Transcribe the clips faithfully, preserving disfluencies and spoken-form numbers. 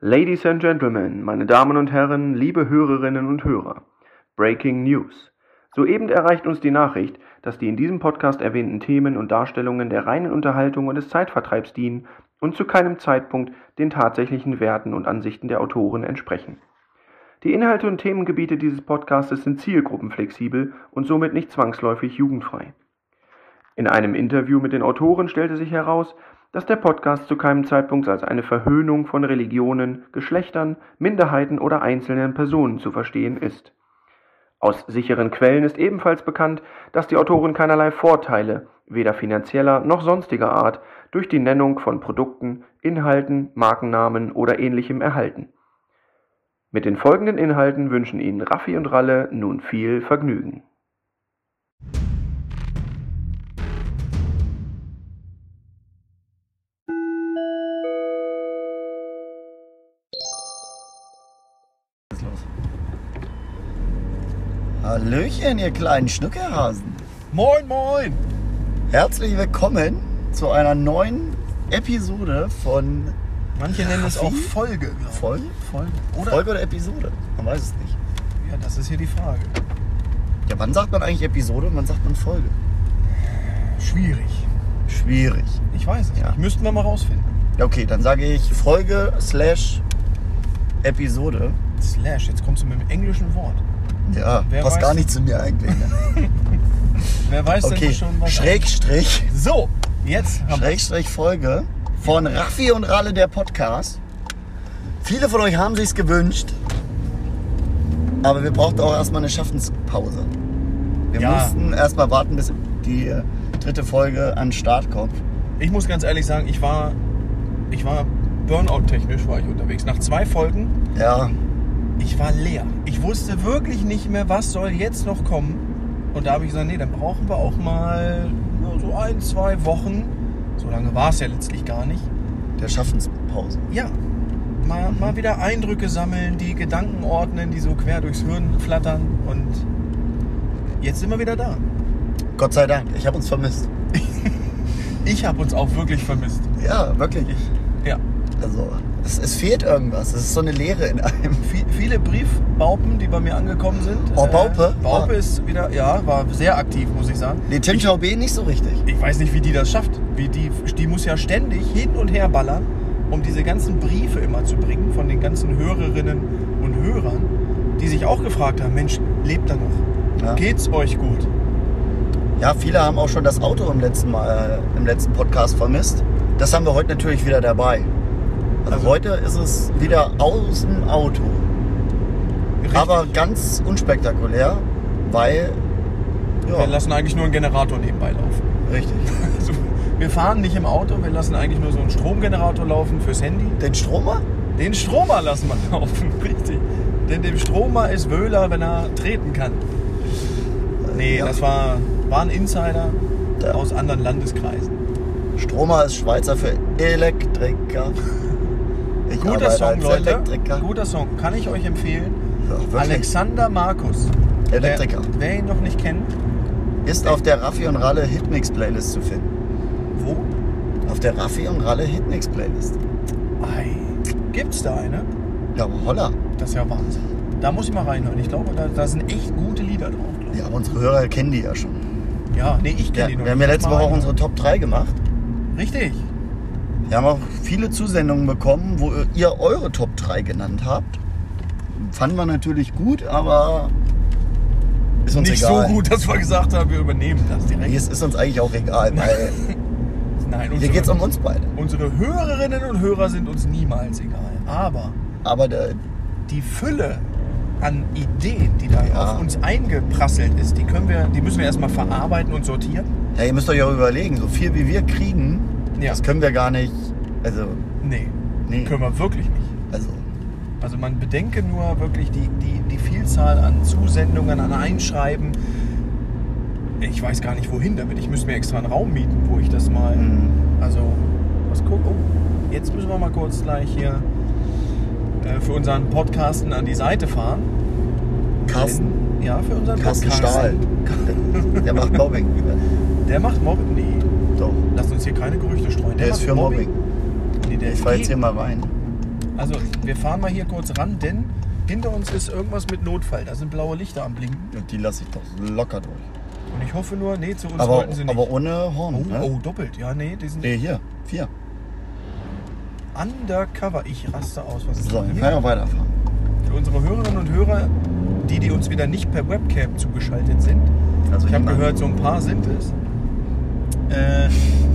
Ladies and Gentlemen, meine Damen und Herren, liebe Hörerinnen und Hörer. Breaking News. Soeben erreicht uns die Nachricht, dass die in diesem Podcast erwähnten Themen und Darstellungen der reinen Unterhaltung und des Zeitvertreibs dienen und zu keinem Zeitpunkt den tatsächlichen Werten und Ansichten der Autoren entsprechen. Die Inhalte und Themengebiete dieses Podcastes sind zielgruppenflexibel und somit nicht zwangsläufig jugendfrei. In einem Interview mit den Autoren stellte sich heraus, dass der Podcast zu keinem Zeitpunkt als eine Verhöhnung von Religionen, Geschlechtern, Minderheiten oder einzelnen Personen zu verstehen ist. Aus sicheren Quellen ist ebenfalls bekannt, dass die Autoren keinerlei Vorteile, weder finanzieller noch sonstiger Art, durch die Nennung von Produkten, Inhalten, Markennamen oder Ähnlichem erhalten. Mit den folgenden Inhalten wünschen Ihnen Raffi und Ralle nun viel Vergnügen. Hallöchen, ihr kleinen Schnuckerhasen. Moin, moin. Herzlich willkommen zu einer neuen Episode von... Manche nennen es Raffi? auch Folge. Folge? Folge. Oder? Folge oder Episode? Man weiß es nicht. Ja, das ist hier die Frage. Ja, wann sagt man eigentlich Episode und wann sagt man Folge? Schwierig. Schwierig. Ich weiß es Ja. nicht. Müssten wir mal rausfinden. Ja, okay, dann sage ich Folge slash Episode. Slash, jetzt kommst du mit dem englischen Wort. Ja, Wer passt weiß- gar nicht zu mir eigentlich. Ne? Wer weiß Okay, denn schon was? Schrägstrich, So, jetzt haben wir... Schrägstrich Folge von Raffi und Ralle, der Podcast. Viele von euch haben sich's gewünscht, aber wir brauchten auch erstmal eine Schaffenspause. Wir Ja. mussten erstmal warten, bis die äh, dritte Folge an den Start kommt. Ich muss ganz ehrlich sagen, ich war... Ich war... Burnout-technisch war ich unterwegs. Nach zwei Folgen, Ja, ich war leer. Ich wusste wirklich nicht mehr, was soll jetzt noch kommen. Und da habe ich gesagt, nee, dann brauchen wir auch mal ja, so ein, zwei Wochen. So lange war es ja letztlich gar nicht. der Schaffenspause. Ja, mal, mal wieder Eindrücke sammeln, die Gedanken ordnen, die so quer durchs Hirn flattern. Und jetzt sind wir wieder da. Gott sei Dank, ich habe uns vermisst. Ich habe uns auch wirklich vermisst. Ja, wirklich. Ja, Also, es, es fehlt irgendwas. Es ist so eine Leere in einem. viel, viele Briefbaupen, die bei mir angekommen sind. Oh, Baupe? Äh, Baupe Ah. ist wieder, ja, war sehr aktiv, muss ich sagen. Nee, Tim Tau B nicht so richtig. Ich weiß nicht, wie die das schafft. Wie die, die muss ja ständig hin und her ballern, um diese ganzen Briefe immer zu bringen von den ganzen Hörerinnen und Hörern, die sich auch gefragt haben, Mensch, lebt er noch? Ja. Geht's euch gut? Ja, viele haben auch schon das Auto im letzten Mal, äh, im letzten Podcast vermisst. Das haben wir heute natürlich wieder dabei. Also, Also- heute ist es wieder aus dem Auto. Richtig. Aber ganz unspektakulär, weil... Wir Ja, lassen eigentlich nur einen Generator nebenbei laufen. richtig. Also, wir fahren nicht im Auto, wir lassen eigentlich nur so einen Stromgenerator laufen fürs Handy. Den Stromer? Den Stromer lassen wir laufen, richtig. Denn dem Stromer ist Wöhler, wenn er treten kann. Nee, Ja. das war, war ein Insider Ja. aus anderen Landeskreisen. Stromer ist Schweizer für Elektriker. Ich Guter arbeite Song, als Leute. Elektriker. Guter Song. Kann ich euch empfehlen. Ja, wirklich. Alexander Markus. Elektriker. Wer, wer ihn noch nicht kennt, Ist auf der Raffi und Ralle Hitmix Playlist zu finden. wo? Auf der Raffi und Ralle Hitmix Playlist. Ei, gibt's da eine? Ja, holla. Das ist ja Wahnsinn. Da muss ich mal reinhören. Ich glaube, da, da sind echt gute Lieder drauf. glaub Ja, unsere Hörer kennen die ja schon. ich. Ja, nee, ich Ja, kenne die noch wir haben nicht. ja letzte Mal Woche auch reinhören. unsere Top drei gemacht. Richtig. Wir haben auch viele Zusendungen bekommen, wo ihr eure Top drei genannt habt. Fanden wir natürlich gut, aber ist uns Nicht egal. so gut, dass wir gesagt haben, wir übernehmen das direkt. Nee, es ist uns eigentlich auch egal, weil Nein, hier unsere, geht es um uns beide. unsere Hörerinnen und Hörer sind uns niemals egal. Aber Aber der, die Fülle an Ideen, die da Ja. auf uns eingeprasselt ist, die können wir, die müssen wir erstmal verarbeiten und sortieren. ja, ihr müsst euch auch überlegen, so viel wie wir kriegen, Ja. das können wir gar nicht. Also, Nee, nee. können wir wirklich nicht. Also, Also man bedenke nur wirklich die, die, die Vielzahl an Zusendungen, an Einschreiben. Ich weiß gar nicht wohin damit. Ich müsste mir extra einen Raum mieten, wo ich das mal... mh, Also, was guck... Oh, jetzt müssen wir mal kurz gleich hier äh, für unseren Podcasten an die Seite fahren. Carsten. Denn, ja, für unseren Carsten Podcast. Stahl. Der macht Mobbing. Der macht Mobbing? Nee. Doch. Lasst uns hier keine Gerüchte streuen. Der ist macht für Mobbing. Nee, der Ich ist fahr jetzt hier gegen. mal rein. Also, wir fahren mal hier kurz ran, denn hinter uns ist irgendwas mit Notfall. Da sind blaue Lichter am Blinken. Ja, die lasse ich doch locker durch. Und ich hoffe nur, nee, zu uns Aber, wollten sie nicht. aber ohne Horn, oh, ne? oh, doppelt. Ja, nee, die sind Nee, hier, vier. undercover. Ich raste aus. Was ist So, denn wir hier? können ja weiterfahren. Für unsere Hörerinnen und Hörer, die, die uns wieder nicht per Webcam zugeschaltet sind. Also Ich habe niemand. gehört, so ein paar sind es. Äh,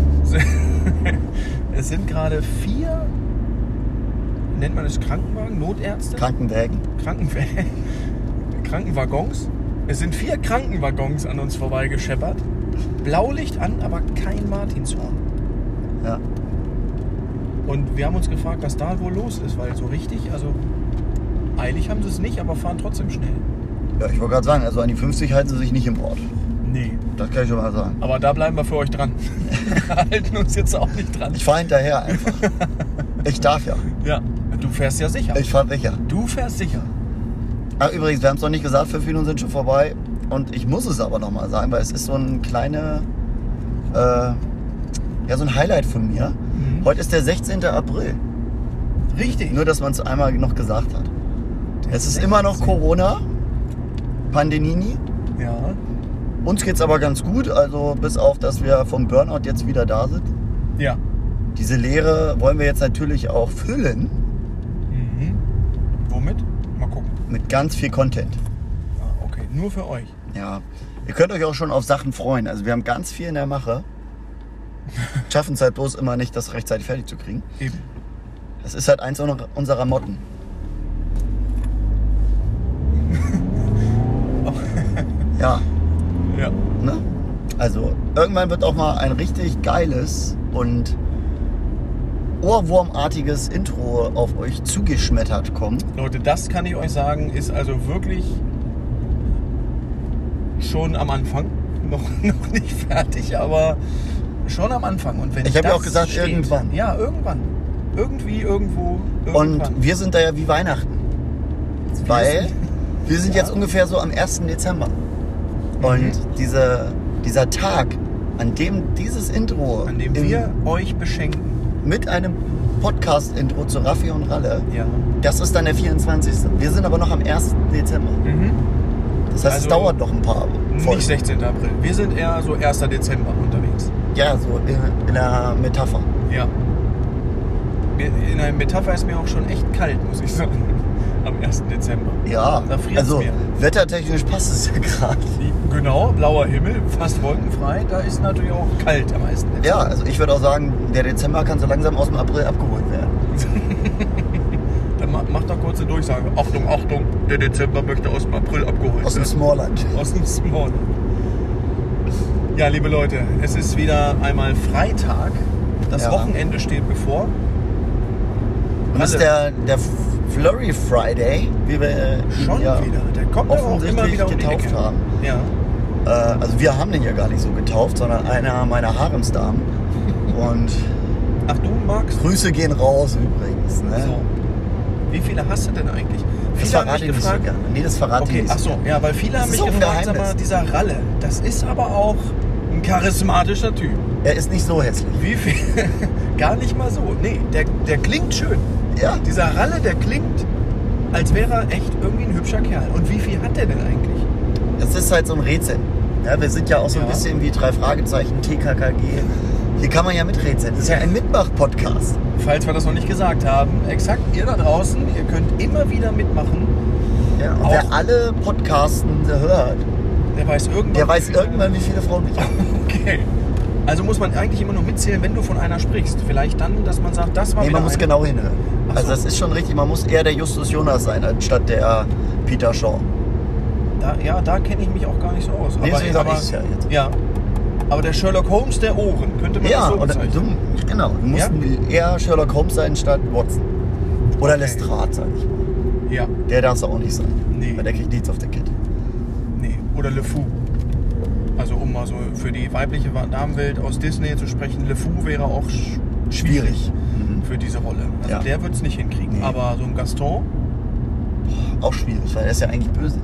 es sind gerade vier, nennt man es Krankenwagen, Notärzte? Krankenwägen. Krankenwä- Krankenwaggons. Es sind vier Krankenwaggons an uns vorbeigescheppert. Blaulicht an, aber kein Martinshorn. Ja. Und wir haben uns gefragt, was da wohl los ist, weil so richtig, also eilig haben sie es nicht, aber fahren trotzdem schnell. Ja, ich wollte gerade sagen, also an die fünfzig halten sie sich nicht im Ort. Nee. Das kann ich schon mal sagen. Aber da bleiben wir für euch dran. Wir halten uns jetzt auch nicht dran. Ich fahre hinterher einfach. Ich darf ja. Ja, du fährst ja sicher. Ich fahre sicher. Du fährst sicher. Ach, übrigens, wir haben es noch nicht gesagt, fünf Minuten sind schon vorbei. Und ich muss es aber nochmal sagen, weil es ist so ein kleine, äh, ja, so ein Highlight von mir. Mhm. Heute ist der sechzehnte April. Richtig. Nur, dass man es einmal noch gesagt hat. Der Es ist immer noch sechzehnte. Corona, Pandemie. Ja. Uns geht's aber ganz gut, also bis auf, dass wir vom Burnout jetzt wieder da sind. Ja. Diese Leere wollen wir jetzt natürlich auch füllen Mhm. Womit? Mal gucken. mit ganz viel Content. Ah, okay. Nur für euch. Ja, ihr könnt euch auch schon auf Sachen freuen. Also wir haben ganz viel in der Mache. Schaffen es halt bloß immer nicht, das rechtzeitig fertig zu kriegen. Eben. Das ist halt eins unserer Motten. Ja, Ja. ne? Also irgendwann wird auch mal ein richtig geiles und ohrwurmartiges Intro auf euch zugeschmettert kommen. Leute, das kann ich euch sagen, ist also wirklich schon am Anfang. Noch, noch nicht fertig, aber schon am Anfang. Und wenn Ich hab ja das auch gesagt, steht, irgendwann. Ja, irgendwann. Irgendwie, irgendwo, irgendwann. Und wir sind da ja wie Weihnachten. Weil wir sind Ja. jetzt ungefähr so am ersten Dezember. Und Mhm. diese, dieser Tag, an dem dieses Intro An dem im- wir euch beschenken. mit einem Podcast-Intro zu Raffi und Ralle, Ja. das ist dann der vierundzwanzigste Wir sind aber noch am ersten Dezember. Mhm. Das heißt, es Also dauert noch ein paar Folgen. Nicht sechzehnten April. Wir sind eher so ersten Dezember unterwegs. Ja, so in, in der Metapher. Ja. Mir- In einer Metapher ist mir auch schon echt kalt, muss ich sagen. Am ersten Dezember. Ja, Da friert's also mir. wettertechnisch passt es ja gerade. Genau, blauer Himmel, fast wolkenfrei. Da ist natürlich auch kalt am ersten Dezember. Ja, also ich würde auch sagen, der Dezember kann so langsam aus dem April abgeholt werden. Dann ma- mach doch kurze Durchsage. Achtung, Achtung, der Dezember möchte aus dem April abgeholt Aus dem werden. Smallland. Aus dem Small. Ja, liebe Leute, es ist wieder einmal Freitag. Das Ja. Wochenende steht bevor. Und das ist der, der Flurry Friday, wie wir äh, ihn Schon ja wieder. Der kommt aber auch immer offensichtlich wieder um die getauft Ecke. haben. Ja. Äh, also wir haben den ja gar nicht so getauft, sondern einer meiner Haremsdamen. Und Ach, du magst? Grüße gehen raus übrigens. Ne? So. Wie viele hast du denn eigentlich? Das Viele haben verrate mich ich nicht so gefragt. gerne. Nee, das verrate ich Okay, nicht ach so, ja, weil viele haben Das mich ist auch ein gefragt, sag Geheimnis. mal, dieser Ralle, das ist aber auch ein charismatischer Typ. Er ist nicht so hässlich. Wie viel? Gar nicht mal so. Nee, der, der klingt schön. Ja, Dieser Ralle, der klingt, als wäre er echt irgendwie ein hübscher Kerl. Und wie viel hat der denn eigentlich? es ist halt so ein Rätsel. Ja, wir sind ja auch so ein Ja. bisschen wie drei Fragezeichen, T K K G. Hier kann man ja miträtseln. Das ist ja ein Mitmach-Podcast. Falls wir das noch nicht gesagt haben, exakt, ihr da draußen, ihr könnt immer wieder mitmachen. Ja, und Auch- wer alle Podcasten hört, Der weiß irgendwann. der wie weiß viele- irgendwann, wie viele Frauen ich habe. Okay. Also muss man eigentlich immer nur mitzählen, wenn du von einer sprichst. Vielleicht dann, dass man sagt, das war Nee, wieder man muss eine. genau hinhören. Ach Also so. das ist schon richtig, man muss eher der Justus Jonas sein, anstatt der Peter Shaw. Da, ja, da kenne ich mich auch gar nicht so aus. Nee, deswegen sag aber, ich's ja jetzt. Ja. Aber der Sherlock Holmes der Ohren, könnte man Ja, das so oder, bezeichnen. du, genau. Du musst eher Sherlock Holmes sein, statt Watson. Oder Okay. Lestrade, sag ich mal. Ja, Der darf es auch nicht sein. Nee. Weil der kriegt nichts auf der Kette. nee. Oder Le Fou. Also um mal so für die weibliche Damenwelt aus Disney zu sprechen, Le Fou wäre auch sch schwierig Mhm. für diese Rolle. Also Ja. der wird es nicht hinkriegen. Nee. Aber so ein Gaston, Auch schwierig, weil er ist ja eigentlich böse.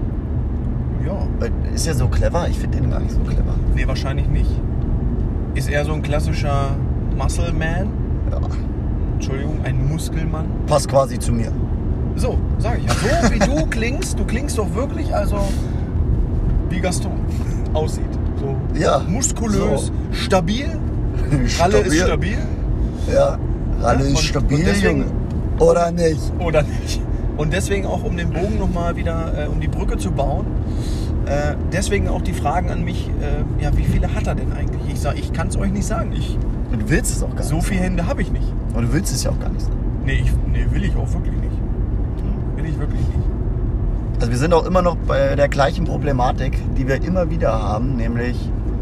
ja. Weil ist ja so clever, ich finde den gar nicht so clever. Nee, wahrscheinlich nicht. Ist er so ein klassischer Muscle Man? Ja. Entschuldigung, ein Muskelmann. Passt quasi zu mir. So, sag ich ja. So wie du klingst, du klingst doch wirklich, also wie Gaston aussieht. So Ja, muskulös, so. stabil. Ralle ist stabil. Ja, Ralle Ja, ist und- stabil, und deswegen- Junge. Oder nicht? Oder nicht. Und deswegen auch, um den Bogen nochmal wieder, äh, um die Brücke zu bauen, äh, deswegen auch die Fragen an mich, äh, ja, wie viele hat er denn eigentlich? Ich sage, ich kann es euch nicht sagen. Ich, Und du willst es auch gar so nicht. viele Hände habe ich nicht. Und du willst es ja auch gar nicht sagen. Nee, ich, nee, will ich auch wirklich nicht. Will ich wirklich nicht. Also wir sind auch immer noch bei der gleichen Problematik, die wir immer wieder haben, nämlich,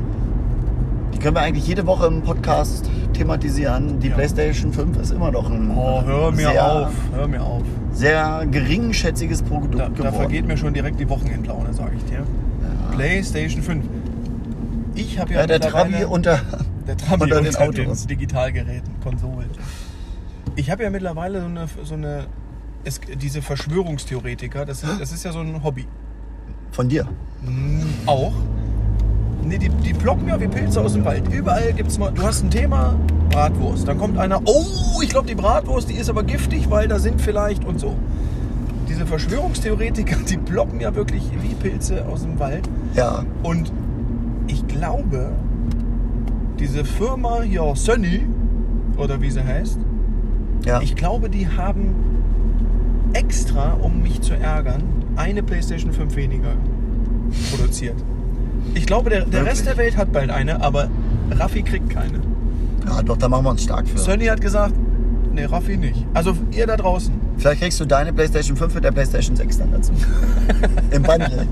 die können wir eigentlich jede Woche im Podcast thematisieren. Die Ja. PlayStation fünf ist immer noch ein Oh, hör mir sehr, auf, hör mir auf. sehr geringschätziges Produkt Da, da geworden. vergeht mir schon direkt die Wochenendlaune, sage ich dir. Ja. PlayStation fünf. Ich habe ja, Ja, der mittlerweile- Trabi unter, Der Trabi unter unter den Autos. Digitalgeräten, Konsolen. Ich habe ja mittlerweile so eine, so eine es, diese Verschwörungstheoretiker, das ist, das ist ja so ein Hobby. Von dir. Mm, Auch. Nee, die, die ploppen ja wie Pilze aus dem Wald. Überall gibt's mal, du hast ein Thema, Bratwurst. Dann kommt einer, oh, ich glaube die Bratwurst, die ist aber giftig, weil da sind vielleicht und so. Diese Verschwörungstheoretiker, die ploppen ja wirklich wie Pilze aus dem Wald. Ja. Und ich glaube, diese Firma hier, Sony, oder wie sie heißt, Ja. ich glaube, die haben extra, um mich zu ärgern, eine PlayStation fünf weniger produziert. Ich glaube, der, der Rest der Welt hat bald eine, aber Raffi kriegt keine. ja, doch, da machen wir uns stark für. Sony hat gesagt, nee, Raffi nicht. Also ihr da draußen, Vielleicht kriegst du deine PlayStation fünf mit der PlayStation sechs dann dazu. Im Bundle.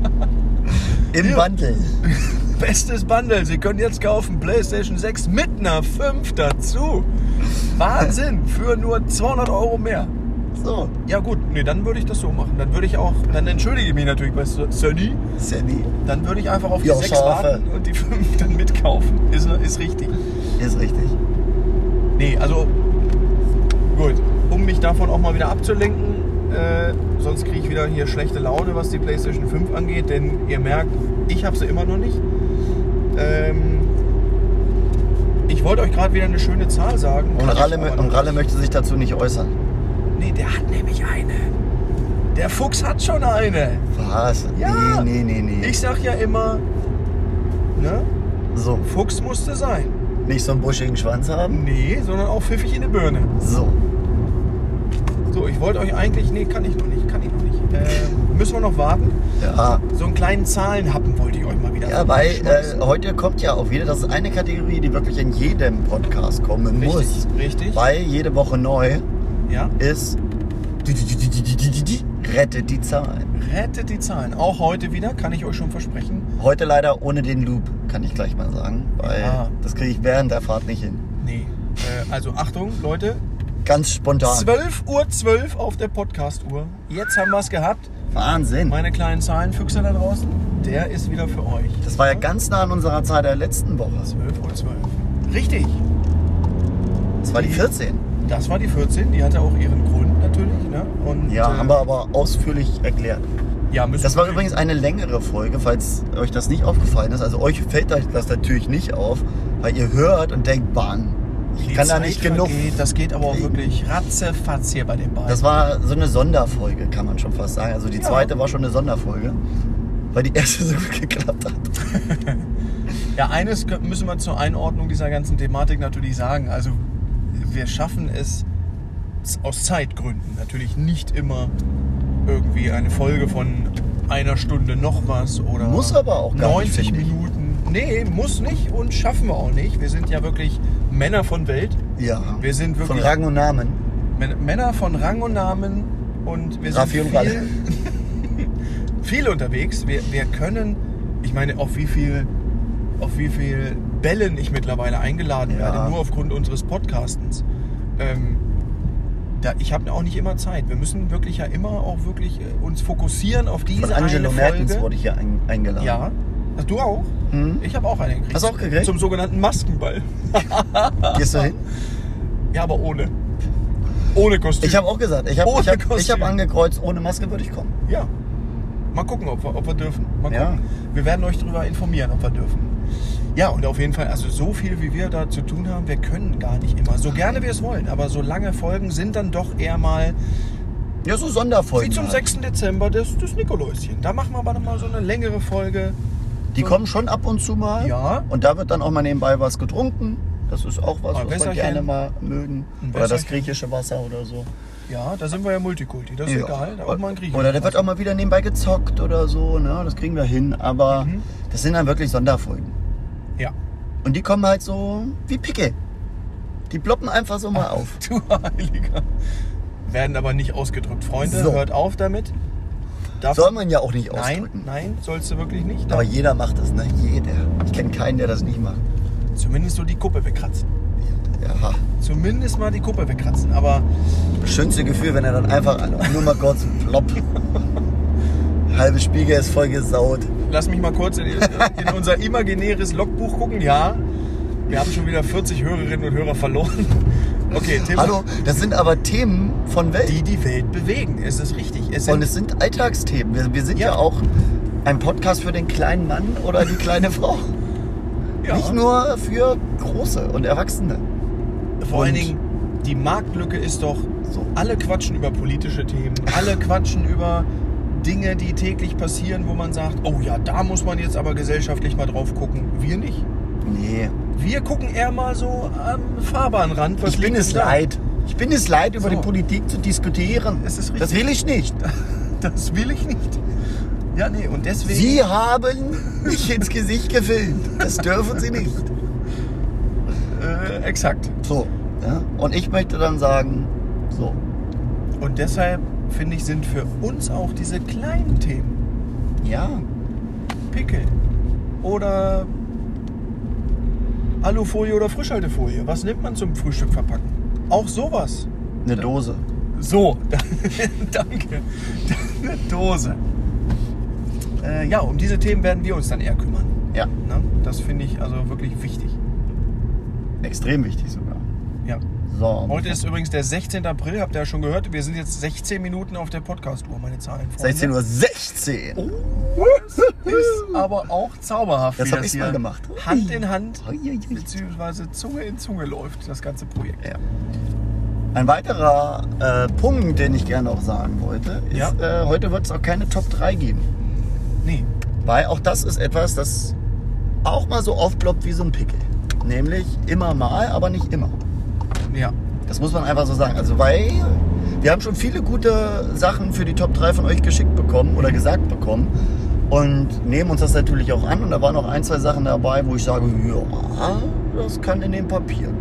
Im Ja. Bundle. bestes Bundle. Sie können jetzt kaufen PlayStation sechs mit einer fünf dazu. Wahnsinn, für nur zweihundert Euro mehr. So, Ja gut, nee, dann würde ich das so machen. Dann würde ich auch, dann entschuldige ich mich natürlich bei Sony. Sandy. Dann würde ich einfach auf die Ja, sechs Schafe. warten und die fünf dann mitkaufen. Ist, ist richtig. Ist richtig. Nee, also gut, um mich davon auch mal wieder abzulenken, äh, sonst kriege ich wieder hier schlechte Laune, was die PlayStation fünf angeht, denn ihr merkt, ich habe sie immer noch nicht. Ähm, ich wollte euch gerade wieder eine schöne Zahl sagen. Und kann ich Ralle, aber und noch Ralle nicht. möchte sich dazu nicht äußern. Nee, der hat nämlich eine. Der Fuchs hat schon eine. Was? Ja. Nee, nee, nee, nee. Ich sag ja immer, ne? So, Fuchs musste sein. nicht so einen buschigen Schwanz haben. Nee, sondern auch pfiffig in die Birne. So. So, ich wollte euch eigentlich, nee, kann ich noch nicht, kann ich noch nicht. Äh, müssen wir noch warten. Ja. So einen kleinen Zahlenhappen wollte ich euch mal wieder Ja, weil schmeißen. äh, heute kommt ja auch wieder, das ist eine Kategorie, die wirklich in jedem Podcast kommen Richtig, muss. richtig. Weil jede Woche neu Ja. ist die, die, die, die, die, die, die, die, rettet die Zahlen. Rettet die Zahlen. Auch heute wieder, kann ich euch schon versprechen. Heute leider ohne den Loop, kann ich gleich mal sagen. Weil Ja. das kriege ich während der Fahrt nicht hin. Nee. Äh, also Achtung, Leute. Ganz spontan. zwölf Uhr zwölf auf der Podcast-Uhr. Jetzt haben wir es gehabt. Wahnsinn. Meine kleinen Zahlenfüchse da draußen, der ist wieder für euch. Das war ja ganz nah an unserer Zahl der letzten Woche. zwölf Uhr zwölf. Richtig. Das war die Die- vierzehn. Das war die vierzehn. Die hatte auch ihren Grund natürlich. Ne? Und, Ja, äh, haben wir aber ausführlich erklärt. ja, müssen Das war wir- übrigens eine längere Folge, falls euch das nicht aufgefallen ist. Also euch fällt euch das natürlich nicht auf, weil ihr hört und denkt, Bahn. Ich Die kann da Zeit nicht genug. vergeht, das geht aber auch wirklich ratzefatz hier bei den beiden. Das war so eine Sonderfolge, kann man schon fast sagen. Also die Ja. zweite war schon eine Sonderfolge, weil die erste so gut geklappt hat. Ja, eines kö- müssen wir zur Einordnung dieser ganzen Thematik natürlich sagen. Also wir schaffen es z- aus Zeitgründen natürlich nicht immer irgendwie eine Folge von einer Stunde noch was oder Muss aber auch gar nicht, neunzig finde ich. Minuten. Nee, muss nicht und schaffen wir auch nicht. Wir sind ja wirklich Männer von Welt. Ja. Wir sind Von wirklich Rang und Namen. Män- Männer von Rang und Namen und wir sind Raffi und viel, Ralle. viel unterwegs. Wir, wir können, ich meine, auf wie viel, auf wie viel Bällen ich mittlerweile eingeladen Ja. werde, nur aufgrund unseres Podcastens. Ähm, da, ich habe auch nicht immer Zeit. Wir müssen wirklich ja immer auch wirklich äh, uns fokussieren auf diese Von Angelo eine Mertens Folge. wurde ich hier ein, eingeladen. Ja. Hast du auch? Mhm. Ich habe auch eine gekriegt. Hast du auch gekriegt? Zum sogenannten Maskenball. Gehst du hin? Ja, aber ohne. Ohne Kostüm. Ich habe auch gesagt, ich habe Ohne ich hab, ich Kostüm. hab angekreuzt, ohne Maske würde ich kommen. Ja. Mal gucken, ob wir, ob wir dürfen. Mal Ja. gucken. Wir werden euch darüber informieren, ob wir dürfen. Ja, und auf jeden Fall, also so viel wie wir da zu tun haben, wir können gar nicht immer. So gerne wir es wollen, aber so lange Folgen sind dann doch eher mal Ja, so Sonderfolgen. wie zum halt. sechsten Dezember das, das Nikoläuschen. Da machen wir aber nochmal so eine längere Folge. Die so. kommen schon ab und zu mal. Ja. Und da wird dann auch mal nebenbei was getrunken. Das ist auch was, Ein was wir Wässerchen. gerne mal mögen. Ein Oder das Wässerchen. griechische Wasser oder so. Ja, da sind wir ja Multikulti, das ist Ja. egal. Da auch mal ein Griechen. Oder da wird auch mal wieder nebenbei gezockt oder so. Ne? Das kriegen wir hin. Aber Mhm. das sind dann wirklich Sonderfolgen. Ja. Und die kommen halt so wie Picke. Die ploppen einfach so mal auf. Du Heiliger. Werden aber nicht ausgedrückt. Freunde, So. hört auf damit. Darf- Soll man ja auch nicht Nein, ausdrücken. nein, sollst du wirklich nicht. Aber jeder macht das, ne? Jeder. Ich kenne keinen, der das nicht macht. Zumindest so die Kuppe wegkratzen. Ja. Zumindest mal die Kuppe wegkratzen. Aber Das schönste Gefühl, wenn er dann einfach nur mal kurz plopp. Halbe Spiegel ist voll gesaut. lass mich mal kurz in, in unser imaginäres Logbuch gucken. Ja, wir haben schon wieder vierzig Hörerinnen und Hörer verloren. Okay, Thema, Hallo, das sind aber Themen von Welt. die die Welt bewegen. Es ist richtig. Es sind, Und es sind Alltagsthemen. Wir, wir sind ja. Ja. auch ein Podcast für den kleinen Mann oder die kleine Frau. ja, Nicht nur für Große und Erwachsene. vor allen und- Dingen, die Marktlücke ist doch, So. alle quatschen über politische Themen, alle quatschen über Dinge, die täglich passieren, wo man sagt, oh ja, da muss man jetzt aber gesellschaftlich mal drauf gucken. Wir nicht. Nee. Wir gucken eher mal so am Fahrbahnrand. Was Ich bin liegt es denn da? leid. Ich bin es leid, über So. die Politik zu diskutieren. Es ist richtig. Das will ich nicht. Das will ich nicht. Ja, nee, und deswegen... Sie haben mich ins Gesicht gefilmt. Das dürfen Sie nicht. Äh, exakt. So. Ja? Und ich möchte dann sagen, so. Und deshalb, finde ich, sind für uns auch diese kleinen Themen, Ja. Pickel oder Alufolie oder Frischhaltefolie, was nimmt man zum Frühstück verpacken? Auch sowas. Eine Dose. So, danke. Eine Dose. Äh, ja, um diese Themen werden wir uns dann eher kümmern. Ja. Ne? Das finde ich also wirklich wichtig. Extrem wichtig sogar. Ja. So. Heute ist übrigens der sechzehnten April, habt ihr ja schon gehört. Wir sind jetzt sechzehn Minuten auf der Podcast-Uhr, meine Zahlen. Freunde. sechzehn Uhr sechzehn. Oh, das ist aber auch zauberhaft, Das wie hab das ich hier mal gemacht. Hand in Hand Ui, ui, ui. beziehungsweise Zunge in Zunge läuft, das ganze Projekt. Ja. Ein weiterer äh, Punkt, den ich gerne noch sagen wollte, ist, Ja. äh, heute wird es auch keine Top drei geben. Nee, Weil auch das ist etwas, das auch mal so aufploppt wie so ein Pickel. Nämlich immer mal, aber nicht immer. ja. Das muss man einfach so sagen. Also weil wir haben schon viele gute Sachen für die Top drei von euch geschickt bekommen oder gesagt bekommen und nehmen uns das natürlich auch an. Und da waren noch ein, zwei Sachen dabei, wo ich sage, ja, das kann in den Papierkorb.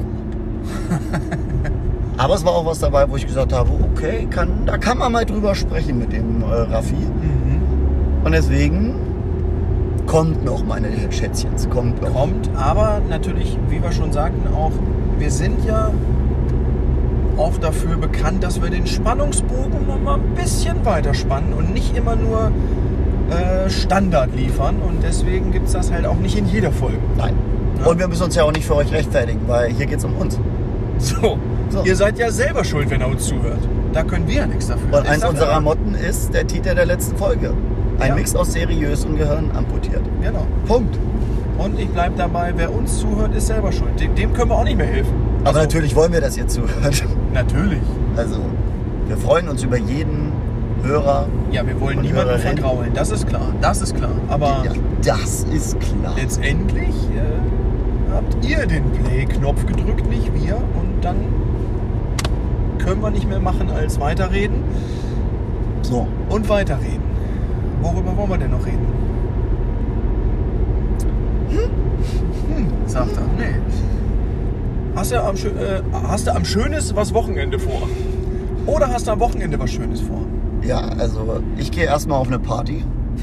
Aber es war auch was dabei, wo ich gesagt habe, okay, kann, da kann man mal drüber sprechen mit dem äh, Raffi. Mhm. Und deswegen kommt noch, meine Schätzchens, kommt noch. Kommt, aber natürlich, wie wir schon sagten, auch, wir sind ja auch dafür bekannt, dass wir den Spannungsbogen noch mal ein bisschen weiter spannen und nicht immer nur äh, Standard liefern. Und deswegen gibt es das halt auch nicht in jeder Folge. Nein. Ja. Und wir müssen uns ja auch nicht für euch rechtfertigen, weil hier geht es um uns. So. So. Ihr seid ja selber schuld, wenn er uns zuhört. Da können wir ja nichts dafür. Und Ich eins sag unserer aber- Motten ist der Titel der letzten Folge. Ein Ja. Mix aus seriös und Gehirn amputiert. Genau. Punkt. Und ich bleibe dabei, wer uns zuhört, ist selber schuld. Dem, dem können wir auch nicht mehr helfen. Aber Also, natürlich wollen wir, dass ihr zuhört. Natürlich. Also, wir freuen uns über jeden Hörer. Ja, wir wollen Und niemanden Hörerin. vergraulen. Das ist klar. Das ist klar. Aber Ja, das ist klar. letztendlich äh, habt ihr den Play-Knopf gedrückt, nicht wir. Und dann können wir nicht mehr machen als weiterreden So, und weiterreden. Worüber wollen wir denn noch reden? Hm, sagt er. Nee. Hast du, am, schö- äh, hast du am Schönes was Wochenende vor? Oder hast du am Wochenende was Schönes vor? ja, also ich gehe erstmal auf eine Party.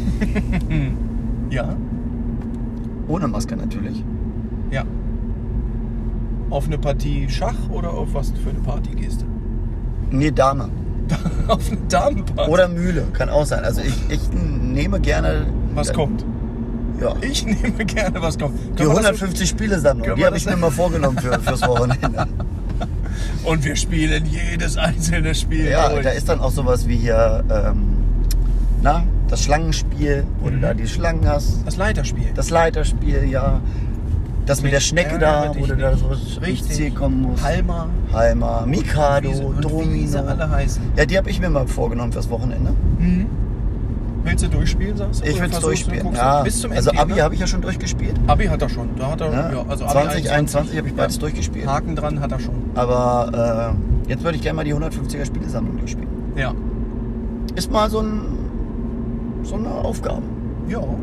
Ja. Ohne Maske natürlich. Ja. Auf eine Partie Schach oder auf was für eine Party gehst du? Nee, Dame. Auf eine Damenparty. Oder Mühle, kann auch sein. Also ich, ich nehme gerne... was kommt? Ja. Ich nehme gerne was kommt. Die Können wir das- hundertfünfzig Spiele-Sammlung, können die wir habe ich das- mir mal vorgenommen für, fürs Wochenende. Und wir spielen jedes einzelne Spiel Ja, durch. da ist dann auch sowas wie hier, ähm, na, das Schlangenspiel, wo du Mhm. da die Schlangen hast. das Leiterspiel. Das Leiterspiel, ja. Das mit der Schnecke da, wo du da so ins Ziel kommen musst. Halma. Halma, Mikado, und wie sie, und Domino. wie sie alle heißen. Ja, die habe ich mir mal vorgenommen fürs Wochenende. Mhm. Willst du durchspielen, sagst du? Ich Oder will es versuchst du, durchspielen. guckst Ja, du bis zum also Ende, Abi ne? habe ich ja schon durchgespielt. Abi hat er schon. Da hat er, Ja, ja, also Abi zwanzig einundzwanzig habe ich beides ja. durchgespielt. Haken dran hat er schon. Aber äh, jetzt würde ich gerne mal die hundertfünfziger Spielesammlung durchspielen. Ja. Ist mal so, ein, so eine Aufgabe. Ja. Ja,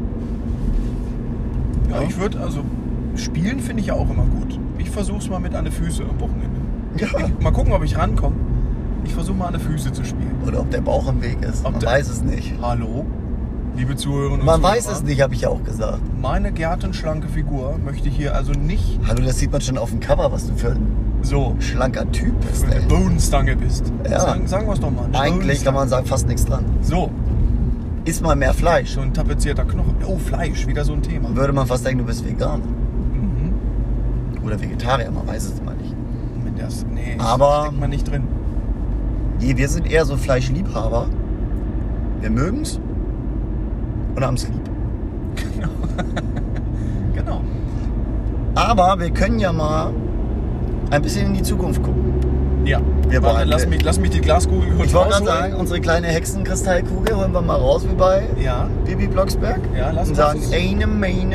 Ja. ich würde, also, spielen finde ich ja auch immer gut. Ich versuche es mal mit an die Füße am Wochenende. Ja. Ich, mal gucken, ob ich rankomme. Ich versuche mal an die Füße zu spielen. Oder ob der Bauch im Weg ist. Ob Man der- weiß es nicht. Hallo, liebe Zuhörerinnen und Man Zuhörer. weiß es nicht, habe ich ja auch gesagt. Meine gärtenschlanke Figur möchte ich hier also nicht Hallo, das sieht man schon auf dem Cover, was du für ein so schlanker Typ bist. eine Ey. Bonestange bist. Ja. Sagen, sagen wir es doch mal. eine Eigentlich kann Bonestange. man sagen, fast nichts dran. So, Iss mal mehr Fleisch. so ein tapezierter Knochen. Oh, Fleisch, wieder so ein Thema. Dann würde man fast denken, du bist Veganer. Mhm. Oder Vegetarier, man weiß es mal nicht. Wenn das, nee, Aber- steckt man nicht drin. Nee, wir sind eher so Fleischliebhaber. Wir mögen's und haben's lieb. Genau. Aber wir können ja mal ein bisschen in die Zukunft gucken. Ja. Wir Warte, wollen- lass mich, lass mich die Glaskugel kurz Ich wollte gerade rausholen. sagen, unsere kleine Hexenkristallkugel holen wir mal raus, wie bei Ja. Bibi Blocksberg. Ja, lass und uns sagen, das- eine Meine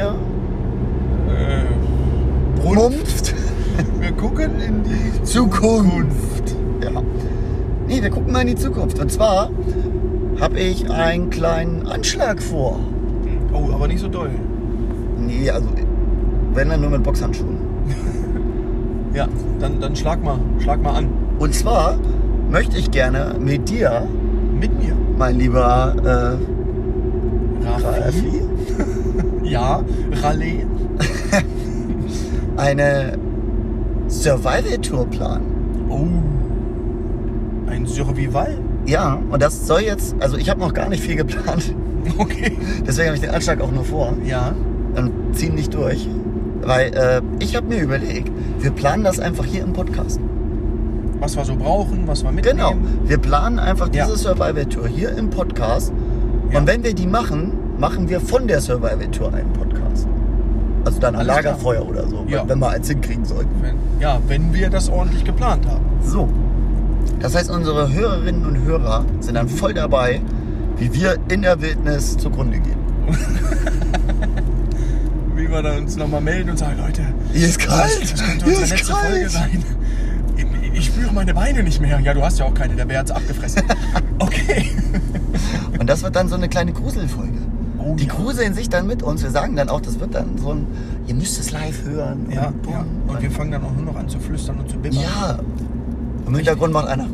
Äh, Brunft. wir gucken in die Zukunft. Ja. Nee, wir gucken mal in die Zukunft. Und zwar habe ich einen kleinen Anschlag vor. Oh, aber nicht so doll. Nee, also wenn dann nur mit Boxhandschuhen. Ja, dann, dann schlag mal, schlag mal an. Und zwar möchte ich gerne mit dir, Mit mir. mein lieber äh, Raffi. Raffi, Ja, Rallye. eine Survival-Tour planen. Oh. Ein Survival? Ja, und das soll jetzt, also ich habe noch gar nicht viel geplant, Okay. deswegen habe ich den Anschlag auch nur vor. Ja. Dann ziehen nicht durch. Weil äh, ich habe mir überlegt, wir planen das einfach hier im Podcast. Was wir so brauchen, was wir mitnehmen. Genau. Wir planen einfach diese Ja. Survival-Tour hier im Podcast. Ja. Und wenn wir die machen, machen wir von der Survival-Tour einen Podcast. Also dann ein Alles klar. Lagerfeuer oder so, Ja. wenn wir eins hinkriegen sollten. Wenn, ja, wenn wir das ordentlich geplant haben. So. Das heißt, unsere Hörerinnen und Hörer sind dann voll dabei, wie wir in der Wildnis zugrunde gehen. Wie wir da uns nochmal melden und sagen, Leute, Hier ist kalt! das könnte Hier unsere ist letzte kalt! Folge sein. Ich, ich spüre meine Beine nicht mehr. Ja, du hast ja auch keine, der Bär hat's abgefressen. Okay. Und das wird dann so eine kleine Gruselfolge. Oh, Die ja. gruseln sich dann mit uns. Wir sagen dann auch, das wird dann so ein, ihr müsst es live hören. Ja, und, ja. Und wir fangen dann auch nur noch an zu flüstern und zu bibbern. ja. Und im Hintergrund macht einer.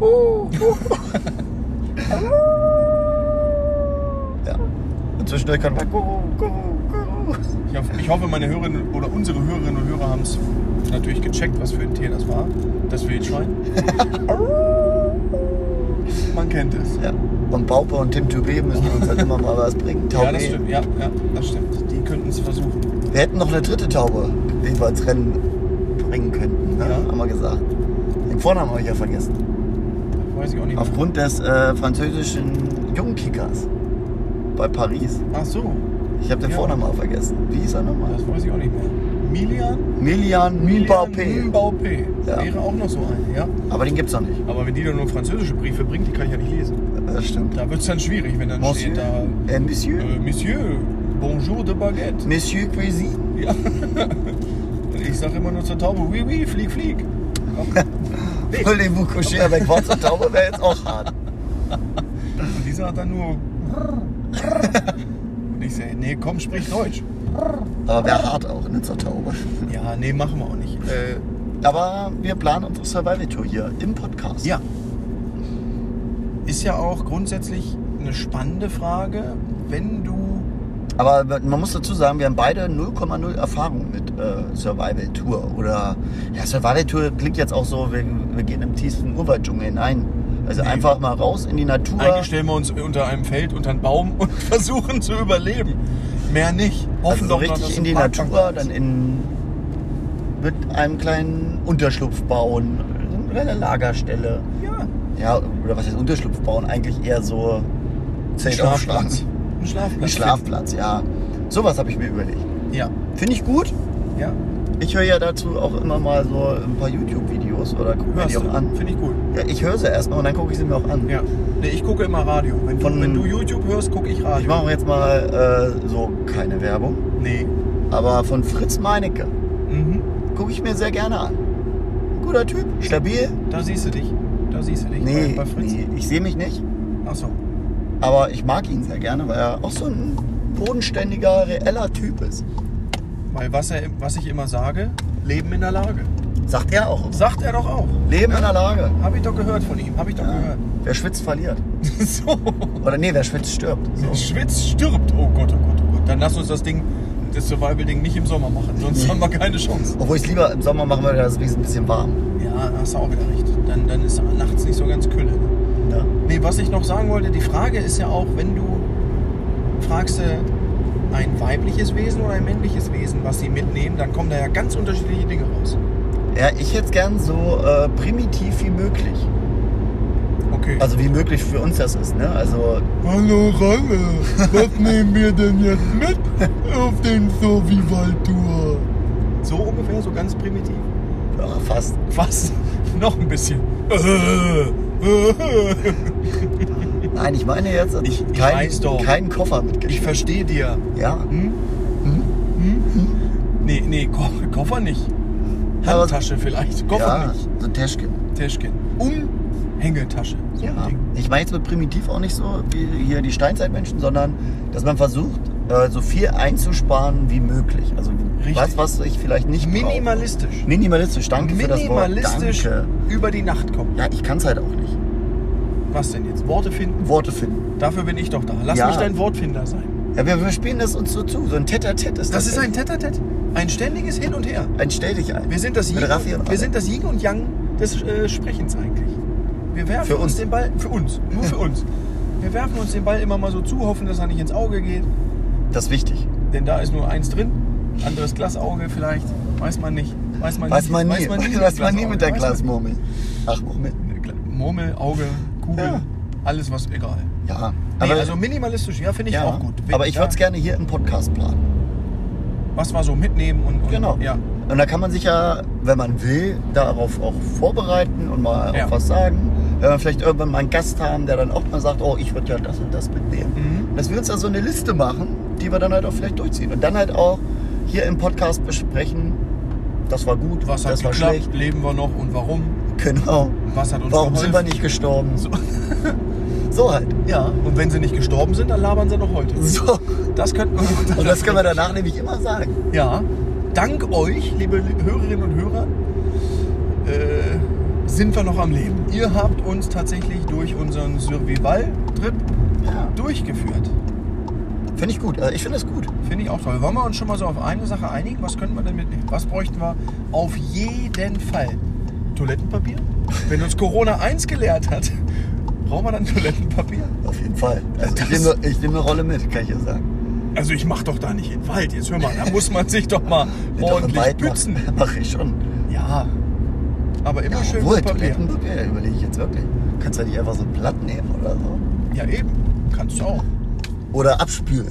Ja. Und zwischendurch kann man. Ich hoffe, ich hoffe, meine Hörerinnen oder unsere Hörerinnen und Hörer haben es natürlich gecheckt, was für ein Tier das war. Das Wildschwein. Man kennt es. Ja. Und Baupe und Tim Touré müssen uns halt immer mal was bringen. Taube. Ja, das stimmt. Ja, ja, das stimmt. Die könnten es versuchen. Wir hätten noch eine dritte Taube, die wir ins Rennen bringen könnten. Ne? Ja. Haben wir gesagt. Den Vornamen habe ich ja vergessen. Weiß ich auch nicht mehr. Aufgrund des äh, französischen Jungkickers bei Paris. Ach so, Ich habe den Ja. Vornamen auch vergessen. Wie hieß er nochmal? das weiß ich auch nicht mehr. Milian? Milian Mbappé. Mbappé. Ja. Wäre auch noch so eine, ja. Aber den gibt's noch nicht. Aber wenn die dann nur französische Briefe bringt, die kann ich ja nicht lesen. Das stimmt. Da wird es dann schwierig, wenn dann Monsieur? steht da... Äh, Monsieur? Äh, Monsieur, bonjour de baguette. Monsieur Cuisine. Ja. Ich sag immer nur zur Taube, oui, oui, flieg, flieg. Nee. Voulez-vous coucher avec votre Taube wäre jetzt auch hart. Und die sagt dann nur... Und ich sage, nee, komm, sprich Deutsch. Aber wäre hart auch, ne, zur Taube. Ja, nee, machen wir auch nicht. Äh, Aber wir planen unsere Survival-Tour hier im Podcast. ja. Ist ja auch grundsätzlich eine spannende Frage, wenn du... Aber man muss dazu sagen, wir haben beide null Komma null Erfahrung mit äh, Survival-Tour. Oder, ja, Survival-Tour klingt jetzt auch so, wir, wir gehen im tiefsten Urwalddschungel hinein. Also Nee. einfach mal raus in die Natur. Eigentlich stellen wir uns unter einem Feld, unter einen Baum und versuchen zu überleben. Mehr nicht. Hoffen Also so doch noch, richtig dass in ein die Parkbank Natur, da ist. dann in mit einem kleinen Unterschlupf bauen, oder eine Lagerstelle. Ja, Ja, oder was heißt Unterschlupf bauen? Eigentlich eher so ein Zelt Schlafplatz. aufschlagen. Ein Schlafplatz. Ein Schlafplatz, ja. Sowas habe ich mir überlegt. Ja. Finde ich gut. Ja. Ich höre ja dazu auch immer mal so ein paar YouTube-Videos oder gucke mir die auch an. Finde ich gut. Ja, ich höre sie erstmal und dann gucke ich sie mir auch an. Ja. Nee, ich gucke immer Radio. Wenn du, Von- wenn du YouTube hörst, gucke ich Radio. Ich mache jetzt mal äh, so keine Werbung, Nee. aber von Fritz Meinecke Mhm. gucke ich mir sehr gerne an. Guter Typ, stabil. Da siehst du dich. Da siehst du dich Nee, bei, bei Fritz. nee, ich sehe mich nicht, Ach so. aber ich mag ihn sehr gerne, weil er auch so ein bodenständiger, reeller Typ ist. Weil was, er, was ich immer sage, Leben in der Lage. Sagt er auch. Sagt er doch auch. Leben in der Lage. Habe ich doch gehört von ihm. Habe ich doch Ja. gehört. Wer schwitzt, verliert. So. Oder nee, wer schwitzt, stirbt. So. Schwitz stirbt. Oh Gott, oh Gott, oh Gott. Dann lass uns das Ding, das Survival-Ding nicht im Sommer machen. Sonst haben wir keine Chance. Obwohl ich es lieber im Sommer machen würde, das ist ein bisschen warm. Ja, da hast du auch wieder recht. Dann, dann ist nachts nicht so ganz kühle. Ne? Ja. Nee, was ich noch sagen wollte, die Frage ist ja auch, wenn du fragst, äh, ein weibliches Wesen oder ein männliches Wesen, was sie mitnehmen, dann kommen da ja ganz unterschiedliche Dinge raus. Ja, ich hätte es gern so äh, primitiv wie möglich. Okay. Also wie möglich für uns das ist, ne? Also Hallo Ralle, was nehmen wir denn jetzt mit auf den Survival-Tour? So ungefähr, so ganz primitiv. ja, fast. Was? Noch ein bisschen. Nein, ich meine jetzt also Ich- ich kein, weiß doch. keinen Koffer Ich mitgeschleppt. verstehe dir. Ja. Hm? Hm? Nee, nee, Ko Koffer nicht. Aber- Handtasche vielleicht. Koffer Ja, nicht. so ein Täschchen. Täschchen. Umhängetasche. So ein Ja. Ding. Ich meine jetzt mit primitiv auch nicht so wie hier die Steinzeitmenschen, sondern dass man versucht, äh, so viel einzusparen wie möglich. Also Richtig. was, was ich vielleicht nicht brauche. Minimalistisch. Minimalistisch, danke für das Wort. Minimalistisch Danke. über die Nacht kommen. Ja, ich kann es halt auch nicht. Was denn jetzt? Worte finden? Worte finden. Dafür bin ich doch da. Lass Ja. mich dein Wortfinder sein. Ja, wir, wir spielen das uns so zu. So ein Tête-à-Tête ist das. Das ist ein Tête-à-Tête. Ein ständiges Hin und Her. Ein Stell dich ein. Wir sind das Mit Yin, Raffi und wir alle. sind das Yin und Yang des äh, Sprechens eigentlich. Wir werfen Für uns. uns. den Ball, für uns, nur für uns. Wir werfen uns den Ball immer mal so zu, hoffen, dass er nicht ins Auge geht. Das ist wichtig. Denn da ist nur eins drin. Anderes Glasauge vielleicht. Weiß man nicht. Weiß man, Weiß nicht. man nie. Weiß man nie, Weiß man nie mit der Weiß man- Glasmurmel. Ach, Murmel. Murmel, Auge, Kugel, Ja. alles was egal. Ja. Nee, Aber, also minimalistisch, ja, finde ich ja, auch gut. aber ich würde es gerne hier im Podcast planen. Was wir so mitnehmen und, und Genau. ja. Und da kann man sich ja, wenn man will, darauf auch vorbereiten und mal Ja. auch was sagen. Wenn wir vielleicht irgendwann mal einen Gast haben, der dann auch mal sagt, oh, ich würde ja das und das mitnehmen. Mhm. Dass wir uns da so eine Liste machen, die wir dann halt auch vielleicht durchziehen. Und dann halt auch hier im Podcast besprechen, das war gut, Was hat das war geklappt, schlecht. leben wir noch und warum? Genau. Was hat uns Warum geholfen? sind wir nicht gestorben? So. So halt. Ja, und wenn sie nicht gestorben sind, dann labern sie noch heute. So. Das könnten wir Und das können wir danach nämlich immer sagen. Ja, dank euch, liebe Hörerinnen und Hörer, äh, sind wir noch am Leben. Ihr habt uns tatsächlich durch unseren Survival-Trip Ja. durchgeführt. Finde ich gut. Also ich finde es gut. Finde ich auch toll. Wollen wir uns schon mal so auf eine Sache einigen? Was könnten wir denn mitnehmen? Was bräuchten wir auf jeden Fall? Toilettenpapier? Wenn uns Corona eins gelehrt hat, brauchen wir dann Toilettenpapier? Auf jeden Fall. Also ich Das- nehme, ich nehme eine Rolle mit, kann ich ja sagen. Also ich mach doch da nicht in den Wald. Jetzt hör mal, da muss man sich doch mal Doch, im ordentlich Wald bützen. Mache mach ich schon. Ja, aber immer Ja, schön obwohl, mit Papier. Toilettenpapier, da überlege ich jetzt wirklich. Du kannst ja nicht einfach so ein Blatt nehmen oder so. Ja eben, kannst du auch. Oder abspülen.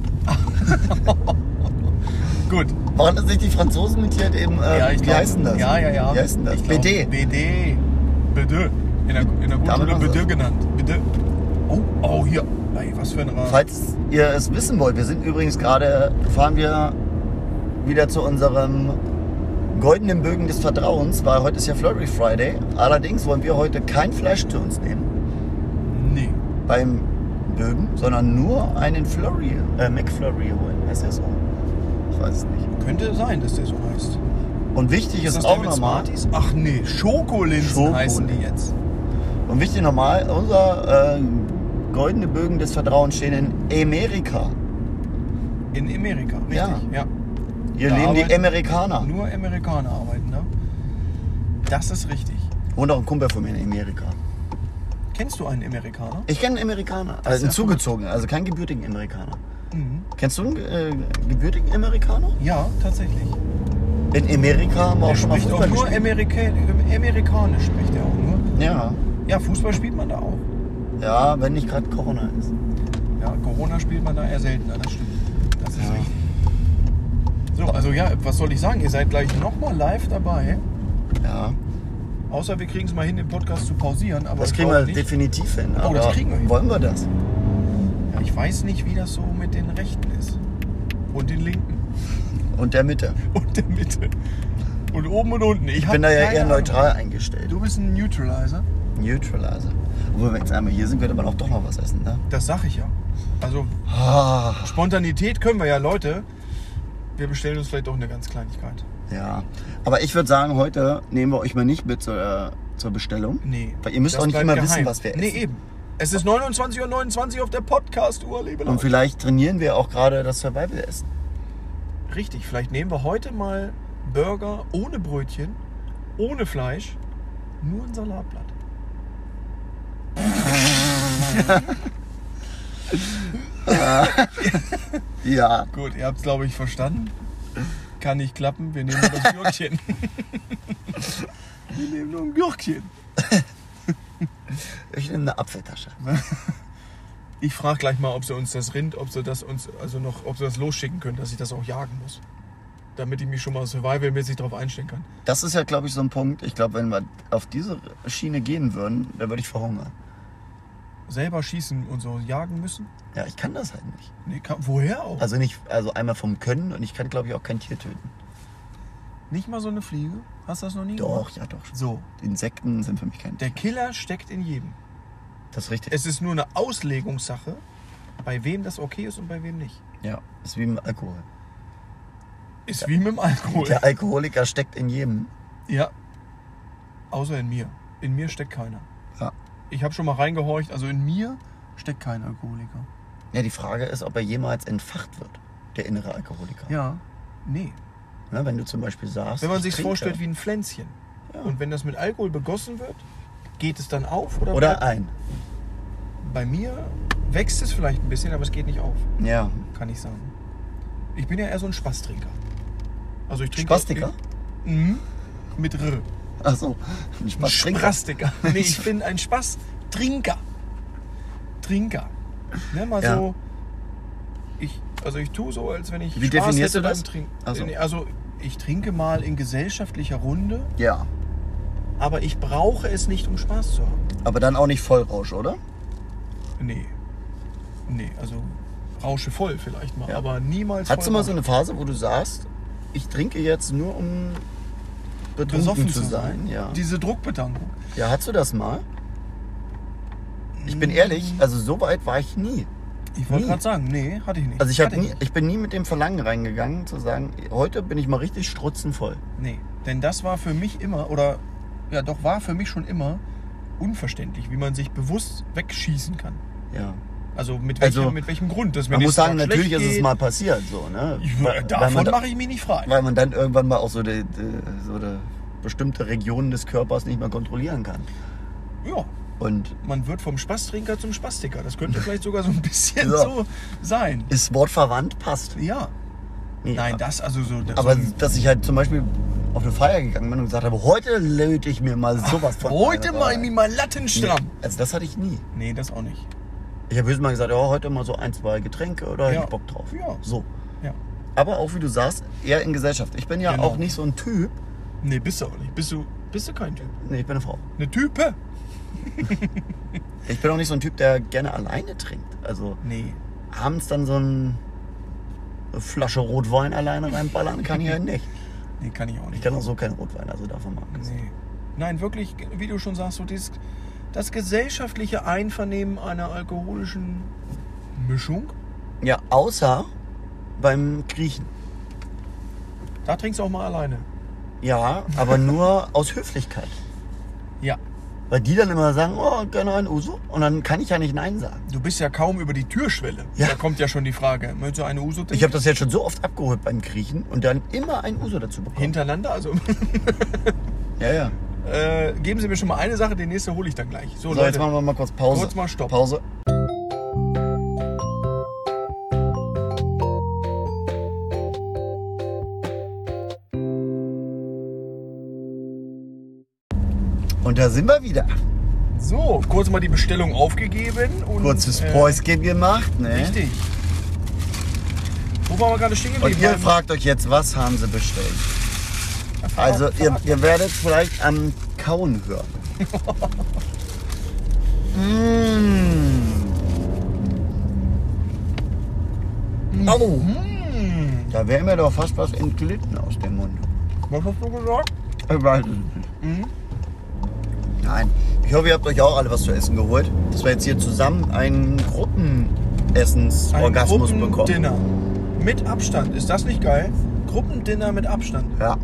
Gut. Waren das nicht die Franzosen mit hier dem, äh, Ja, ich wie glaub- heißt denn das? Ja, ja, ja. Wie heißt denn das? Ich glaub, B D. B D. B D. In der, in der Damit Grundschule noch B D so. genannt. B D. Oh, oh, hier. Ey, was für ein Rad. Falls ihr es wissen wollt, wir sind übrigens gerade, fahren wir wieder zu unserem goldenen Bögen des Vertrauens, weil heute ist ja Flurry Friday. Allerdings wollen wir heute kein Fleisch zu uns nehmen Nee. beim Bögen, sondern nur einen Flurry, äh, McFlurry holen. Heißt der so? Ich weiß es nicht. Könnte sein, dass der so heißt. Und wichtig ist, das auch der mit nochmal, Smarties? Ach nee, Schokolinsen Schoko- heißen die jetzt. und wichtig nochmal, unser äh, goldene Bögen des Vertrauens stehen in Amerika. In Amerika, richtig. Ja. Ja. Hier Da leben die arbeiten Amerikaner. Nur Amerikaner arbeiten da. Das ist richtig. Und auch ein Kumpel von mir in Amerika. Kennst du einen Amerikaner? Ich kenne einen Amerikaner, ist also einen ja zugezogenen, also keinen gebürtigen Amerikaner. Mhm. Kennst du einen äh, gebürtigen Amerikaner? Ja, tatsächlich. In Amerika haben wir auch Der schon mal spricht auch Fußball nur gespielt. Amerika Amerikanisch, spricht er auch nur. Ja, Ja, Fußball spielt man da auch. ja, wenn nicht gerade Corona ist. Ja, Corona spielt man da eher seltener, das stimmt. Das ist Ja. richtig. So, also ja, was soll ich sagen? Ihr seid gleich nochmal live dabei. Ja. Außer wir kriegen es mal hin, den Podcast zu pausieren. Aber Das ich kriegen glaub wir nicht. definitiv hin. Oh, das aber kriegen wir hin. Wollen wir das? Ja, ich weiß nicht, wie das so mit den Rechten ist. Und den Linken. Und der Mitte. Und der Mitte. Und oben und unten. Ich, Ich hab bin da ja keine eher Ahnung. neutral eingestellt. Du bist ein Neutralizer. Neutralizer. Obwohl, wenn wir jetzt einmal hier sind, könnte man auch doch noch was essen, ne? Das sag ich ja. Also Ah, Spontanität können wir ja, Leute. Wir bestellen uns vielleicht doch eine ganz Kleinigkeit. ja. Aber ich würde sagen, heute nehmen wir euch mal nicht mit zur, zur Bestellung. Nee. Weil ihr müsst das auch nicht bleibt immer geheim. wissen, was wir essen. Nee, eben. Es ist neunundzwanzig Uhr neunundzwanzig auf der Podcast-Uhr, liebe Und Leute. vielleicht trainieren wir auch gerade das Survival-Essen. Richtig, vielleicht nehmen wir heute mal Burger ohne Brötchen, ohne Fleisch, nur ein Salatblatt. Ja. Gut, ihr habt es, glaube ich, verstanden. Kann nicht klappen, wir nehmen nur das Gürkchen. Wir nehmen nur ein Gürkchen. Ich nehme eine Apfeltasche. Ich frage gleich mal, ob sie uns das Rind, ob sie das uns, also noch, ob sie das losschicken können, dass ich das auch jagen muss. Damit ich mich schon mal survivalmäßig darauf einstellen kann. Das ist ja, glaube ich, so ein Punkt. Ich glaube, wenn wir auf diese Schiene gehen würden, dann würde ich verhungern. Selber schießen und so jagen müssen? Ja, ich kann das halt nicht. Nee, kann, woher auch? Also nicht, also einmal vom Können und ich kann, glaube ich, auch kein Tier töten. Nicht mal so eine Fliege? Hast du das noch nie Doch, gemacht? ja doch. So, Insekten sind für mich kein der Killer steckt in jedem. Das ist richtig. Es ist nur eine Auslegungssache, bei wem das okay ist und bei wem nicht. Ja, ist wie mit Alkohol. Ist wie mit dem Alkohol. Der Alkoholiker steckt in jedem. Ja. Außer in mir. In mir steckt keiner. Ja. Ich habe schon mal reingehorcht, also in mir steckt kein Alkoholiker. Ja, die Frage ist, ob er jemals entfacht wird, der innere Alkoholiker. Ja. Nee. Ne, wenn du zum Beispiel sagst, Wenn man ich sich trinke. vorstellt wie ein Pflänzchen. Ja. Und wenn das mit Alkohol begossen wird, geht es dann auf oder, Oder bleibt- ein. Bei mir wächst es vielleicht ein bisschen, aber es geht nicht auf, Ja. kann ich sagen. Ich bin ja eher so ein Spaßtrinker. Also ich trinke Spastiker? Ich, mhm, mit R. Achso, ein Spaßtrinker. Spastiker. Nee, ich bin ein Spaßtrinker. Trinker. Ne, mal Ja. so. Ich, also ich tue so, als wenn ich Wie Spaß definierst hätte du das? beim Trinken. Ach so. Nee, Also ich trinke mal in gesellschaftlicher Runde, Ja, aber ich brauche es nicht, um Spaß zu haben. aber dann auch nicht Vollrausch, oder? Nee. Nee, also Rausche voll vielleicht mal, Ja. aber niemals Hattest du voll mal so eine Phase, wo du sagst, ich trinke jetzt nur, um betrunken besoffen zu sein? Ja. Diese Druckbetankung. Ja, hattest du das mal? Ich bin ehrlich, also so weit war ich nie. Ich wollte nie. gerade sagen, nee, hatte ich nicht. Also ich, hab Hatte nie, nicht. ich bin nie mit dem Verlangen reingegangen, zu sagen, heute bin ich mal richtig strutzenvoll. Nee, denn das war für mich immer, oder ja doch, war für mich schon immer unverständlich, wie man sich bewusst wegschießen kann. Ja. Also mit welchem, Also, mit welchem Grund? Dass mir Man muss nächsten sagen, Tag natürlich schlecht ist es geht. mal passiert, so, ne? Ich, Weil- weil davon man da- mache ich mich nicht frei. Weil man dann irgendwann mal auch so die, die, so die bestimmte Regionen des Körpers nicht mehr kontrollieren kann. Ja, Und man wird vom Spaßtrinker zum Spastiker. Das könnte vielleicht sogar so ein bisschen Ja. so sein. ist wortverwandt, passt. Ja. Nee, Nein, das also so. Das Aber so, dass ich halt zum Beispiel auf eine Feier gegangen bin und gesagt habe, heute löte ich mir mal sowas von. heute einer mal rein. mir mal lattenstramm. Nee, also das hatte ich nie. Nee, das auch nicht. Ich habe höchstens mal gesagt, ja, heute mal so ein, zwei Getränke oder Ja. hätte ich Bock drauf. Ja. So. Ja. Aber auch wie du sagst, eher in Gesellschaft. Ich bin ja Genau. auch nicht so ein Typ. Nee, bist du auch nicht. Bist du, bist du kein Typ. Nee, ich bin eine Frau. Eine Type? Ich bin auch nicht so ein Typ, der gerne alleine trinkt. Also Nee. abends dann so ein, eine Flasche Rotwein alleine reinballern kann ich halt nicht. Nee, kann ich auch Ich nicht. kann auch so keinen Rotwein, also davon mal abgesehen. Nee. Nein, wirklich, wie du schon sagst, so dieses, das gesellschaftliche Einvernehmen einer alkoholischen Mischung, Ja, außer beim Griechen. da trinkst du auch mal alleine. Ja, aber nur aus Höflichkeit. Ja. Weil die dann immer sagen, oh, gerne ein Uso. Und dann kann ich ja nicht Nein sagen. Du bist ja kaum über die Türschwelle. Ja. Da kommt ja schon die Frage, möchtest du eine Uso trinken? Ich habe das jetzt schon so oft abgeholt beim Griechen und dann immer ein Uso dazu bekommen. Hintereinander, also Ja, ja. äh, geben Sie mir schon mal eine Sache, die nächste hole ich dann gleich. So, So, Leute, jetzt machen wir mal kurz Pause. Kurz mal Stopp. Pause. Und da sind wir wieder. so, kurz mal die Bestellung aufgegeben. Und, Kurzes äh, Päuschen gemacht, ne? Richtig. Wo waren wir gerade stehen geblieben? Und ihr fragt euch jetzt, was haben sie bestellt? Also ihr, ihr werdet vielleicht am Kauen hören. Mmh. Oh. Mmh. Da wäre mir doch fast was entglitten aus dem Mund. Was hast du gesagt? Ich weiß es nicht. Mhm. Nein. Ich hoffe, ihr habt euch auch alle was zu essen geholt. Dass wir jetzt hier zusammen einen Gruppenessens-Orgasmus Ein bekommen. Gruppendinner. Mit Abstand. Ist das nicht geil? Gruppendinner mit Abstand. Ja.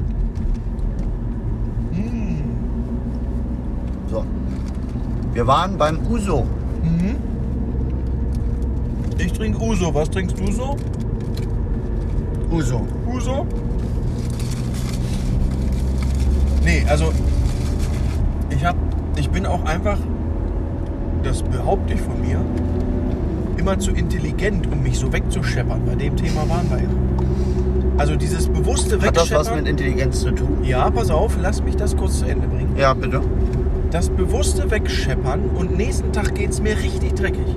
Mm. So. Wir waren beim Uso. Mhm. Ich trinke Uso. Was trinkst du so? Uso. Uso? Nee, also ich hab, ich bin auch einfach, das behaupte ich von mir, immer zu intelligent, um mich so wegzuscheppern. Bei dem Thema waren wir ja. Also dieses bewusste Hat das Wegscheppern. was mit Intelligenz zu tun? Ja, pass auf, lass mich das kurz zu Ende bringen. Ja, bitte. Das bewusste Wegscheppern und nächsten Tag geht es mir richtig dreckig.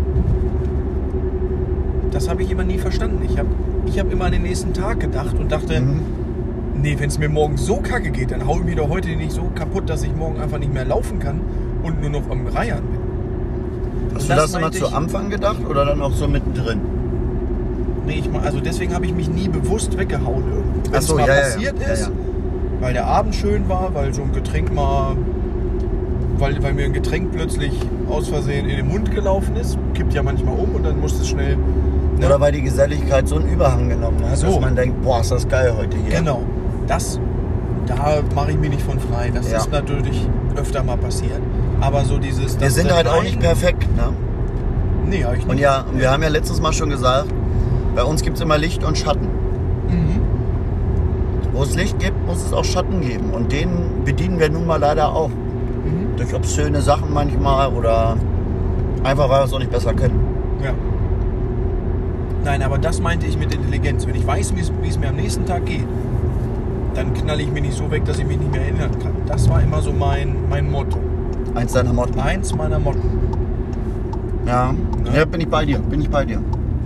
Das habe ich immer nie verstanden. Ich habe ich hab immer an den nächsten Tag gedacht und dachte, Mhm. nee, wenn es mir morgen so kacke geht, dann hau ich mir doch heute nicht so kaputt, dass ich morgen einfach nicht mehr laufen kann und nur noch am Reiern bin. Hast Und du das immer meinte zu ich- Anfang gedacht oder dann auch so mittendrin? Nee, ich mal, also deswegen habe ich mich nie bewusst weggehauen. Wenn Ach es so, mal ja, ja, passiert ja. ist, Ja, ja. weil der Abend schön war, weil so ein Getränk mal, weil, weil mir ein Getränk plötzlich aus Versehen in den Mund gelaufen ist, kippt ja manchmal um und dann musste es schnell. Ne? Oder weil die Geselligkeit so einen Überhang genommen hat, So. dass man denkt, boah, ist das geil heute hier. Genau. Das, da mache ich mich nicht von frei. Das Ja. ist natürlich öfter mal passiert. Aber so dieses. Wir das sind halt auch rein- nicht perfekt, ne? Nee, hab ich nicht. Und ja, wir haben ja letztes Mal schon gesagt, bei uns gibt es immer Licht und Schatten. Mhm. Wo es Licht gibt, muss es auch Schatten geben. Und den bedienen wir nun mal leider auch. Mhm. Durch obszöne Sachen manchmal oder einfach, weil wir es auch nicht besser können. Ja. Nein, aber das meinte ich mit Intelligenz. Wenn ich weiß, wie es- wie es mir am nächsten Tag geht, dann knalle ich mich nicht so weg, dass ich mich nicht mehr erinnern kann. Das war immer so mein, mein Motto. Eins deiner Motten. Eins meiner Motto. Ja. Ja. Ja, bin ich bei dir, bin ich bei dir.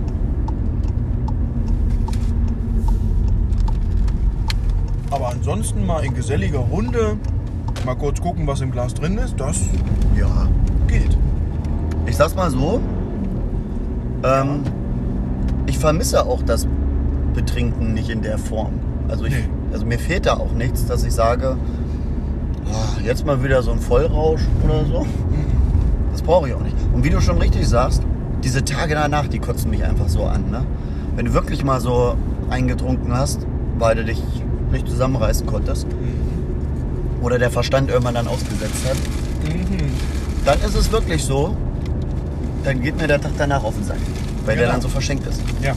Aber ansonsten mal in geselliger Runde mal kurz gucken, was im Glas drin ist, das Ja. geht. Ich sag's mal so, ähm, ich vermisse auch das Betrinken nicht in der Form. Also, ich, Nee. also mir fehlt da auch nichts, dass ich sage, oh, jetzt mal wieder so ein Vollrausch oder so. Das brauche ich auch nicht. Und wie du schon richtig sagst, diese Tage danach, die kotzen mich einfach so an. Ne? Wenn du wirklich mal so eingetrunken hast, weil du dich nicht zusammenreißen konntest oder der Verstand irgendwann dann ausgesetzt hat, Mhm. dann ist es wirklich so, dann geht mir der Tag danach auf den Sack, weil der Genau. dann so verschenkt ist. Ja.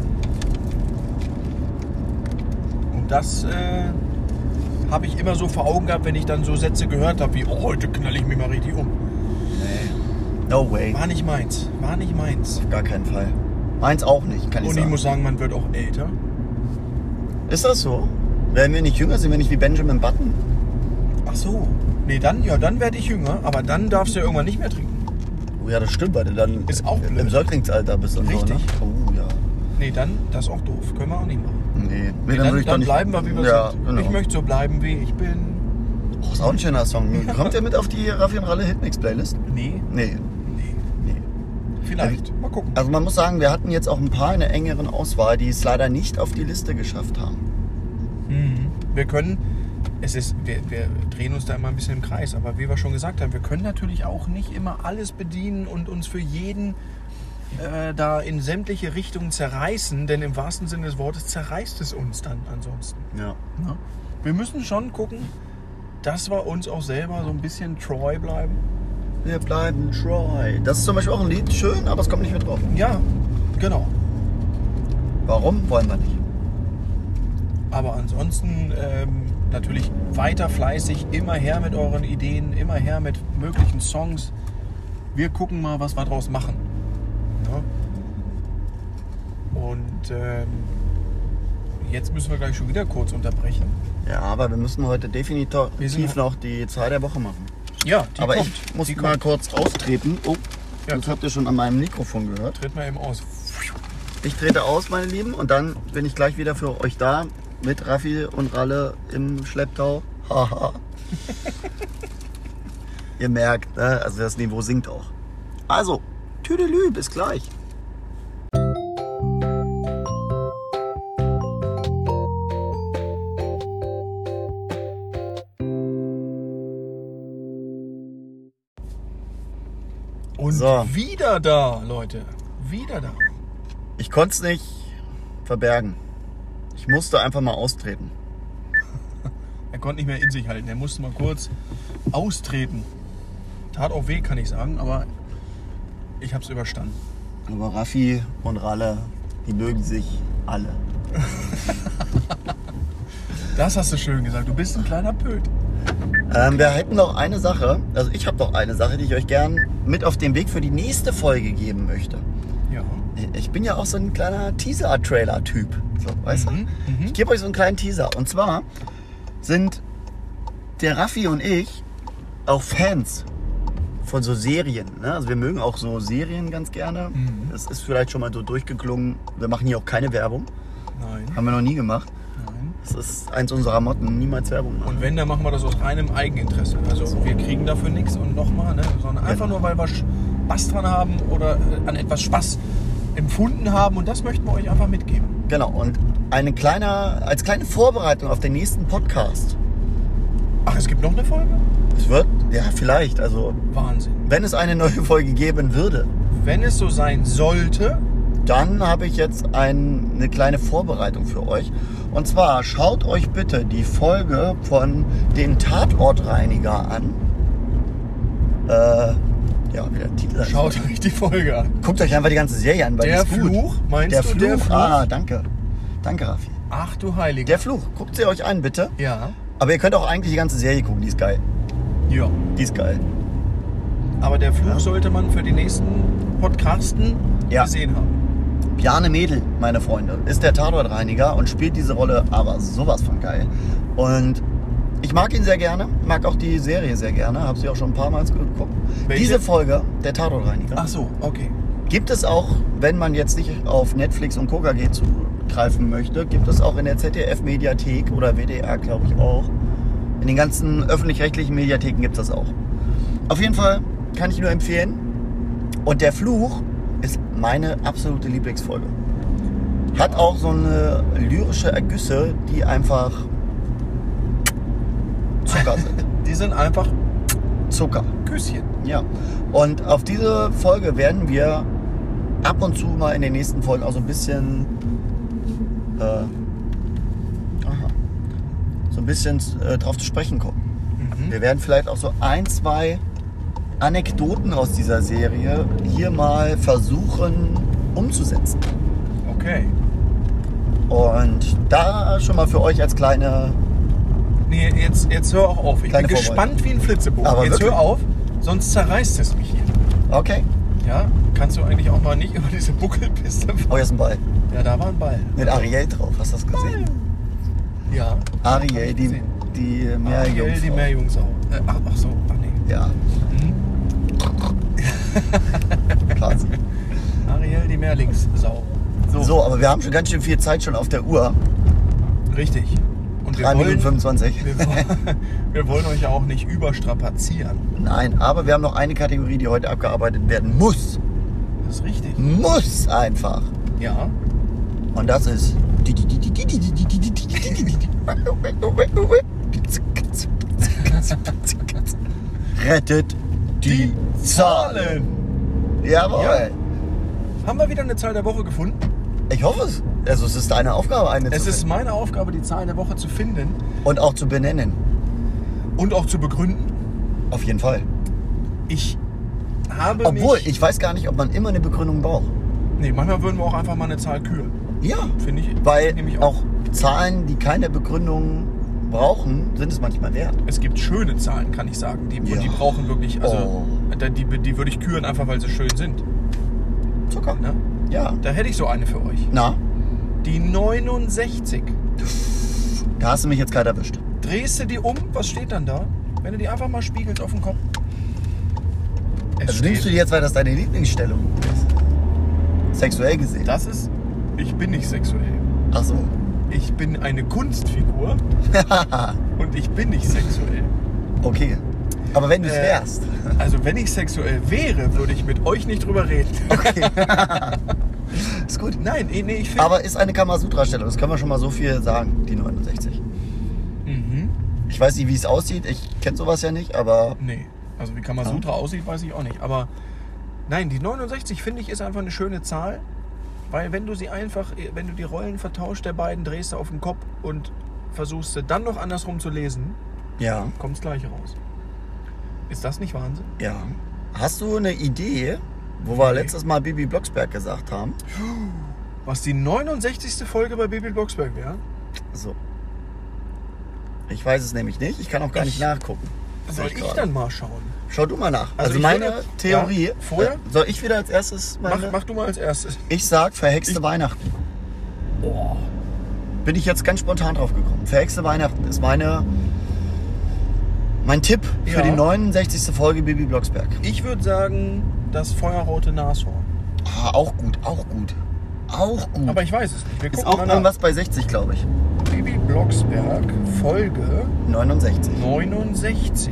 Und das äh, habe ich immer so vor Augen gehabt, wenn ich dann so Sätze gehört habe, wie, oh, heute knall ich mich mal richtig um. No way. War nicht meins. War nicht meins. Auf gar keinen Fall. Meins auch nicht, kann ich Und ich sagen. muss sagen, man wird auch älter. Ist das so? Werden wir nicht jünger? Sind wir nicht wie Benjamin Button? Ach so. Nee, dann, ja, dann werde ich jünger, aber dann darfst du ja irgendwann nicht mehr trinken. Oh ja, das stimmt, weil du dann Ist auch blöd. im Säuglingsalter bist und Richtig. so, ne? Oh ja. Nee, dann, das ist auch doof. Können wir auch nicht machen. Nee, nee, Nee, dann, dann würde ich doch dann nicht... bleiben wir, wie wir ja, sind. Genau. Ich möchte so bleiben, wie ich bin. Oh, ist auch ein schöner Song. Kommt der mit auf die Raffi und Ralle Hitmix Playlist? Nee, Nee. nee. nee. Vielleicht. Mal gucken. Also man muss sagen, wir hatten jetzt auch ein paar in der engeren Auswahl, die es leider nicht auf die Liste geschafft haben. Mhm. Wir können, es ist, wir, wir drehen uns da immer ein bisschen im Kreis, aber wie wir schon gesagt haben, wir können natürlich auch nicht immer alles bedienen und uns für jeden äh, da in sämtliche Richtungen zerreißen, denn im wahrsten Sinne des Wortes zerreißt es uns dann ansonsten. Ja. Ne? Wir müssen schon gucken, dass wir uns auch selber so ein bisschen treu bleiben. Wir bleiben Troy. Das ist zum Beispiel auch ein Lied, schön, aber es kommt nicht mit drauf. Ja, genau. Warum? Wollen wir nicht. Aber ansonsten ähm, natürlich weiter fleißig, immer her mit euren Ideen, immer her mit möglichen Songs. Wir gucken mal, was wir draus machen. Ja? Und ähm, jetzt müssen wir gleich schon wieder kurz unterbrechen. Ja, aber wir müssen heute definitiv Wir sind- noch die Zahl der Woche machen. Ja, die aber kommt. ich muss die mal kommt. kurz austreten. Oh, Ja, das habt ihr schon an meinem Mikrofon gehört. Tritt mal eben aus. Ich trete aus, meine Lieben, und dann bin ich gleich wieder für euch da mit Raffi und Ralle im Schlepptau. Haha. Ihr merkt, ne? Also das Niveau sinkt auch. Also, Tüdelü, bis gleich. Und So. wieder da, Leute. Wieder da. Ich konnte es nicht verbergen. Ich musste einfach mal austreten. Er konnte nicht mehr in sich halten. Er musste mal kurz austreten. Tat auch weh, kann ich sagen, aber ich hab's überstanden. Aber Raffi und Ralle, die mögen sich alle. Das hast du schön gesagt. Du bist ein kleiner Pöt. Ähm, wir hätten noch eine Sache, also ich habe noch eine Sache, die ich euch gern mit auf den Weg für die nächste Folge geben möchte. Ja. Ich bin ja auch so ein kleiner Teaser-Trailer-Typ. So, weißt du? Mhm, mhm. Ich gebe euch so einen kleinen Teaser. Und zwar sind der Raffi und ich auch Fans von so Serien. Ne? Also wir mögen auch so Serien ganz gerne. Mhm. Das ist vielleicht schon mal so durchgeklungen. Wir machen hier auch keine Werbung. Nein. Haben wir noch nie gemacht. Nein. Das ist eins unserer Motten, niemals Werbung machen. Und wenn, dann machen wir das aus reinem Eigeninteresse. Also wir kriegen dafür nichts und nochmal, ne? Sondern einfach Genau. nur, weil wir Spaß dran haben oder äh, an etwas Spaß empfunden haben. Und das möchten wir euch einfach mitgeben. Genau, und eine kleine, als kleine Vorbereitung auf den nächsten Podcast. Ach, es gibt noch eine Folge? Es wird, ja vielleicht, also Wahnsinn. wenn es eine neue Folge geben würde, Wenn es so sein sollte, dann habe ich jetzt ein, eine kleine Vorbereitung für euch. Und zwar schaut euch bitte die Folge von den Tatortreiniger an. Äh, ja, wie der Titel ist. schaut euch die Folge an. Guckt euch einfach die ganze Serie an, weil Der die ist gut. Fluch, meinst der du, Fluch? der Fluch? Ah, danke. Danke, Raffi. Ach du Heilige. Der Fluch. Guckt sie euch an, bitte. Ja. Aber ihr könnt auch eigentlich die ganze Serie gucken, die ist geil. Ja. Die ist geil. Aber der Fluch Ja. sollte man für die nächsten Podcasten Ja. gesehen haben. Bjarne Mädel, meine Freunde, ist der Tatortreiniger und spielt diese Rolle aber sowas von geil. Und ich mag ihn sehr gerne, mag auch die Serie sehr gerne, habe sie auch schon ein paar Mal geguckt. Welche? Diese Folge, der Tatortreiniger, Ach so, okay. gibt es auch, wenn man jetzt nicht auf Netflix und K G zugreifen möchte, gibt es auch in der Z D F-Mediathek oder W D R, glaube ich auch. In den ganzen öffentlich-rechtlichen Mediatheken gibt es das auch. Auf jeden Fall kann ich nur empfehlen. Und der Fluch ist meine absolute Lieblingsfolge. Hat auch so eine lyrische Ergüsse, die einfach Zucker sind. Die sind einfach Zucker. Küsschen. Ja. Und auf diese Folge werden wir ab und zu mal in den nächsten Folgen auch so ein bisschen äh, aha, so ein bisschen äh, drauf zu sprechen kommen. Mhm. Wir werden vielleicht auch so ein, zwei Anekdoten aus dieser Serie hier mal versuchen umzusetzen. Okay. Und da schon mal für euch als kleine... Nee, jetzt, jetzt hör auch auf. Ich Kleine bin Vorbereitung. gespannt wie ein Flitzebogen. Aber Jetzt wirklich? hör auf, sonst zerreißt es mich hier. Okay. Ja? Kannst du eigentlich auch mal nicht über diese Buckelpiste fahren? Oh, hier ist ein Ball. Ja, da war ein Ball. Mit Ariel drauf. Hast du das gesehen? Ja. Ariel, die, Gesehen. die Ariel, Meerjungfrau. die Meerjungsau. Äh, ach, ach so, ach nee. Ja, Mhm. quasi. Ariel, die Meerlingssau. So, So, aber wir haben schon ganz schön viel Zeit schon auf der Uhr. richtig. Und wir drei Minuten wollen, fünfundzwanzig. wir, wollen- wir wollen euch ja auch nicht überstrapazieren. Nein, aber wir haben noch eine Kategorie, die heute abgearbeitet werden muss. Das ist richtig. Muss einfach. Ja. Und das ist... Rettet die Zahlen. Jawohl. Ja. Haben wir wieder eine Zahl der Woche gefunden? Ich hoffe es. Also es ist deine Aufgabe, eine Es zu ist finden. meine Aufgabe, die Zahl der Woche zu finden Und auch zu benennen. und auch zu begründen. Auf jeden Fall. Ich habe Obwohl, mich... ich weiß gar nicht, ob man immer eine Begründung braucht. Nee, manchmal würden wir auch einfach mal eine Zahl küren. Ja. Finde ich. Weil nehme ich auch Zahlen, die keine Begründung brauchen, sind es manchmal wert. Es gibt schöne Zahlen, kann ich sagen. Die, Ja. die brauchen wirklich... Also, Oh. die, die würde ich küren, einfach weil sie schön sind. Zucker. Ne? Ja. Da hätte ich so eine für euch. Na, Die neunundsechzig. da hast du mich jetzt kalt erwischt. Drehst du die um? Was steht dann da? Wenn du die einfach mal spiegelst auf dem Kopf. Es Also nimmst du steht, die jetzt, weil das deine Lieblingsstellung ist. Sexuell gesehen. das ist Ich bin nicht sexuell. Ach so. Ich bin eine Kunstfigur und ich bin nicht sexuell. Okay. Aber wenn du es Äh, wärst. Also wenn ich sexuell wäre, würde ich mit euch nicht drüber reden. Okay. Ist gut. Nein, nee, nee, ich finde... Aber ist eine Kamasutra-Stellung, das können wir schon mal so viel sagen, die neunundsechzig. Mhm. Ich weiß nicht, wie es aussieht, ich kenne sowas ja nicht, aber Nee, also wie Kamasutra aussieht, weiß ich auch nicht. Aber nein, die neunundsechzig finde ich ist einfach eine schöne Zahl. Weil wenn du sie einfach, wenn du die Rollen vertauscht der beiden, drehst du auf den Kopf und versuchst sie dann noch andersrum zu lesen, ja, kommt das Gleiche raus. Ist das nicht Wahnsinn? ja. Hast du eine Idee, wo wir letztes Mal Bibi Blocksberg gesagt haben? Was die neunundsechzigste Folge bei Bibi Blocksberg wäre? So. Ich weiß es nämlich nicht, ich kann auch gar nicht Ich- nachgucken. Soll Sehe ich gerade. dann mal schauen? Schau du mal nach. Also Also, ich meine würde- Theorie. ja, vorher? Äh, soll ich wieder als erstes meine? Mach, mach du mal als erstes. Ich sag verhexte Ich- Weihnachten. Boah. Bin ich jetzt ganz spontan drauf gekommen. Verhexte Weihnachten ist meine mein Tipp für Ja. die neunundsechzigste Folge Bibi Blocksberg. Ich würde sagen, das feuerrote Nashorn. Ah, auch gut, auch gut. Auch gut. Aber ich weiß es nicht. Wir ist gucken auch mal nach. irgendwas bei sechzig, glaube ich. Bibi Blocksberg, Folge neunundsechzig. neunundsechzig.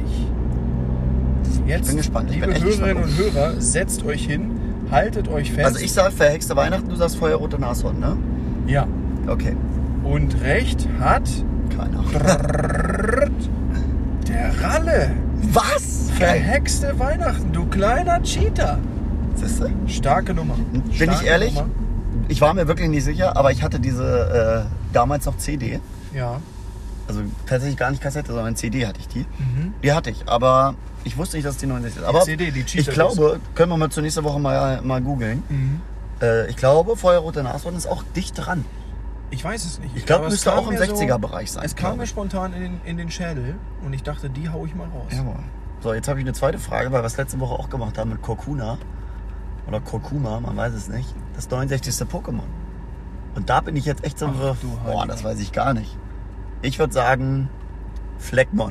Jetzt, bin gespannt. Ich liebe bin echt Hörerinnen gespannt. und Hörer, setzt euch hin, haltet euch fest. Also ich sag verhexte Weihnachten, du sagst Feuerrote Nashorn, ne? Ja. Okay. Und recht hat Keine Ahnung. der Ralle. Was? Geil. Verhexte Weihnachten, du kleiner Cheater. Siehste? Starke Nummer. Bin Starke ich ehrlich? Nummer. Ich war mir wirklich nicht sicher, aber ich hatte diese äh, damals noch C D. Ja. Also tatsächlich gar nicht Kassette, sondern C D hatte ich die. Mhm. Die hatte ich, aber ich wusste nicht, dass die neunundsechzig ist. Aber C D, die ich Cheater glaube, können wir mal zur nächsten Woche mal, mal googeln. Mhm. Äh, ich glaube, Feuerrote Nashorn ist auch dicht dran. Ich weiß es nicht. Ich glaube, Aber es müsste kam auch im mir so- sechziger-Bereich sein. Es kam glaube mir ich. spontan in den, in den Schädel und ich dachte, die hau ich mal raus. Jawohl. So, jetzt habe ich eine zweite Frage, weil wir es letzte Woche auch gemacht haben mit Korkuna. Oder Kurkuma, man weiß es nicht. Das neunundsechzigste Pokémon. Und da bin ich jetzt echt so... Ach, du boah, Heiliger. das weiß ich gar nicht. Ich würde sagen, Fleckmon.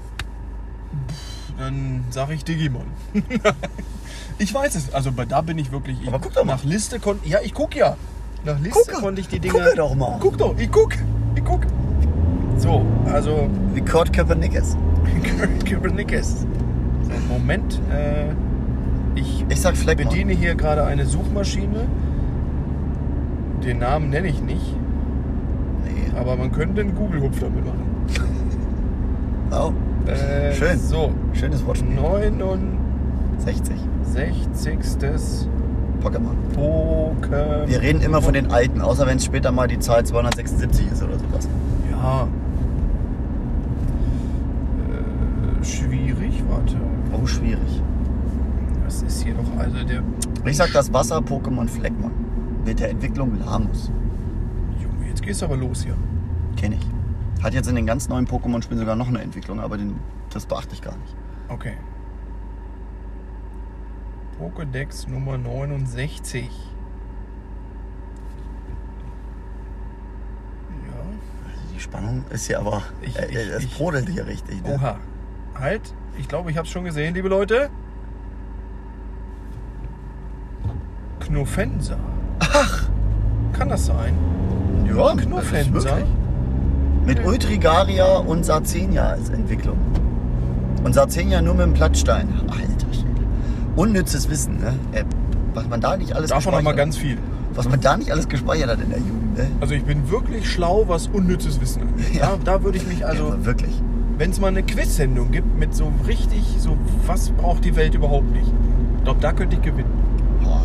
Dann sage ich Digimon. Ich weiß es, also bei- da bin ich wirklich... Ich, Aber guck doch mal. Nach Liste konnte... Ja, ich guck ja. Nach Liste Gucke. konnte ich die Dinge... Gucke doch mal. Guck doch, ich guck. Ich guck. So, also... Wie Kurt Köpenickes. Kybernickes. So, Moment. Äh, ich Ich sag Fleckmon. bediene hier gerade eine Suchmaschine. Den Namen nenne ich nicht, Nee. aber man könnte einen Google-Hupf damit machen. Oh, Äh, Schön. So, schönes Wortspiel. neunundsechzigstes sechzig. Pokémon. Pokémon. Wir reden immer von den alten, außer wenn es später mal die Zahl zweihundertsechsundsiebzig ist oder sowas. Ja. Äh, schwierig, warte. Oh, schwierig. Das ist hier doch also der... Ich sag das Wasser-Pokémon Fleckmon. Mit der Entwicklung Lamus. Junge, jetzt geht's aber los hier. Kenn ich. Hat jetzt in den ganz neuen Pokémon-Spielen sogar noch eine Entwicklung, aber den, das beachte ich gar nicht. Okay. Pokédex Nummer neunundsechzig. Ja. Die Spannung ist hier aber... Ich- äh, ich- es ich- brodelt hier richtig. Ne? Oha. Halt. Ich glaube, ich habe es schon gesehen, liebe Leute. Knofensa. Ach. Kann das sein? Ja, Knofensa. das ist wirklich. Mit Ultrigaria und Sarzenia als Entwicklung. Und Sarzenia nur mit dem Plattstein. Alter Schwede. Unnützes Wissen, ne? Äh, was man da nicht alles Davon gespeichert nochmal ganz viel. Was man da nicht alles gespeichert hat in der Jugend, ne? Also ich bin wirklich schlau, was unnützes Wissen angeht. Ja. Da, da würde ich mich also... ja, wirklich. Wenn es mal eine Quiz-Sendung gibt mit so richtig, so was braucht die Welt überhaupt nicht? Ich glaube, da könnte ich gewinnen. Boah.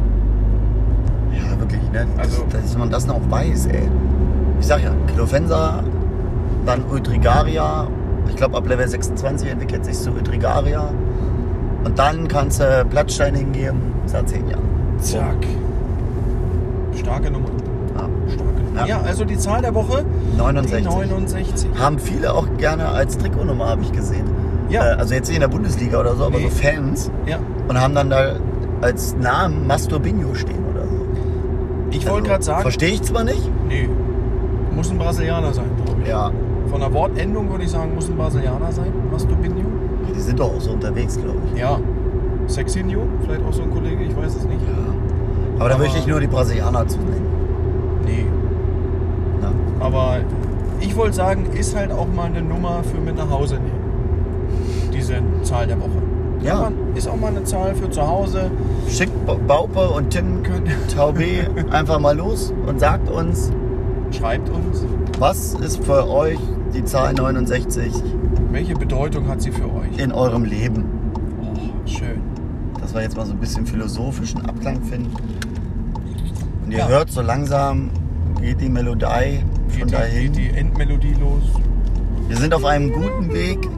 Ja, wirklich, ne? Also- Also, dass man das noch weiß, ey. Ich sag ja, Knofensa, dann Ultrigaria. Ich glaube, ab Level sechsundzwanzig entwickelt sich zu Ultrigaria. Und dann kannst du Plattstein hingeben, Sarzenia. Zack. Starke Nummer. Ja. Starke Nummer. Ja. Ja, also die Zahl der Woche, neunundsechzig. die neunundsechzig. Haben viele auch gerne als Trikotnummer, habe ich gesehen. Ja. Äh, also jetzt nicht in der Bundesliga oder so, aber Nee. so Fans. Ja. Und haben dann da als Namen Masturbinho stehen oder so. Ich wollte gerade sagen, Verstehe ich zwar nicht. nee, muss ein Brasilianer sein, glaube ich. Ja. Von der Wortendung würde ich sagen, muss ein Brasilianer sein, Masturbinho. Die sind doch auch so unterwegs, glaube ich. Ja. Sexinho, vielleicht auch so ein Kollege, ich weiß es nicht. Ja. Aber da Aber- möchte ich nur die Brasilianer zu nennen. Nee. Ja. Aber ich wollte sagen, ist halt auch mal eine Nummer für mit nach Hause nehmen. Diese Zahl der Woche. Ja. Kann man, ist auch mal eine Zahl für zu Hause. Schickt Baupe und Tim Taube einfach mal los und sagt uns, Schreibt uns, was ist für euch die Zahl neunundsechzig welche Bedeutung hat sie für euch? in eurem Leben? Oh, schön. Dass wir jetzt mal so ein bisschen philosophischen Abklang finden. Und ihr Ja. hört, so langsam geht die Melodie schon Geht die, dahin. geht die Endmelodie los? Wir sind auf einem guten Weg,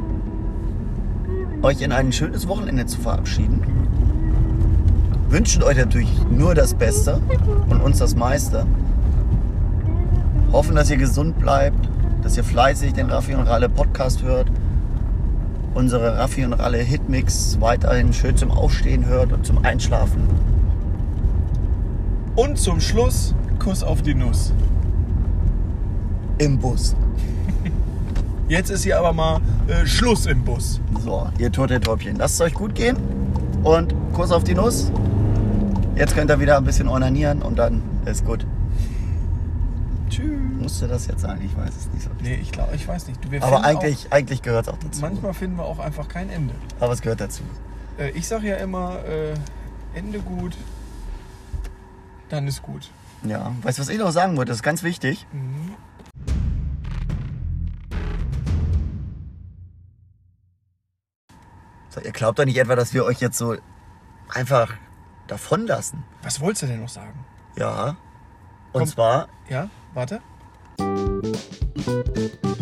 euch in ein schönes Wochenende zu verabschieden. Wünschen euch natürlich nur das Beste und uns das meiste. Hoffen, dass ihr gesund bleibt, dass ihr fleißig den Raffi und Ralle Podcast hört, unsere Raffi und Ralle Hitmix weiterhin schön zum Aufstehen hört und zum Einschlafen. Und zum Schluss, Kuss auf die Nuss. Im Bus. Jetzt ist hier aber mal äh, Schluss im Bus. So, ihr Turteltäubchen, lasst es euch gut gehen und Kuss auf die Nuss. Jetzt könnt ihr wieder ein bisschen onanieren und dann ist gut. Tschüss. Musst du das jetzt sagen? Ich weiß es nicht so. Nee, ich glaube, ich weiß nicht. Du, wir Aber finden eigentlich, eigentlich gehört es auch auch, dazu. manchmal finden wir auch einfach kein Ende. Aber es gehört dazu. Äh, ich sage ja immer, äh, Ende gut, dann ist gut. Ja, weißt du, was ich noch sagen wollte? Das ist ganz wichtig. Mhm. So, ihr glaubt doch nicht etwa, dass wir euch jetzt so einfach davon lassen. Was wolltest du denn noch sagen? Ja. Und Komm. zwar Ja, warte.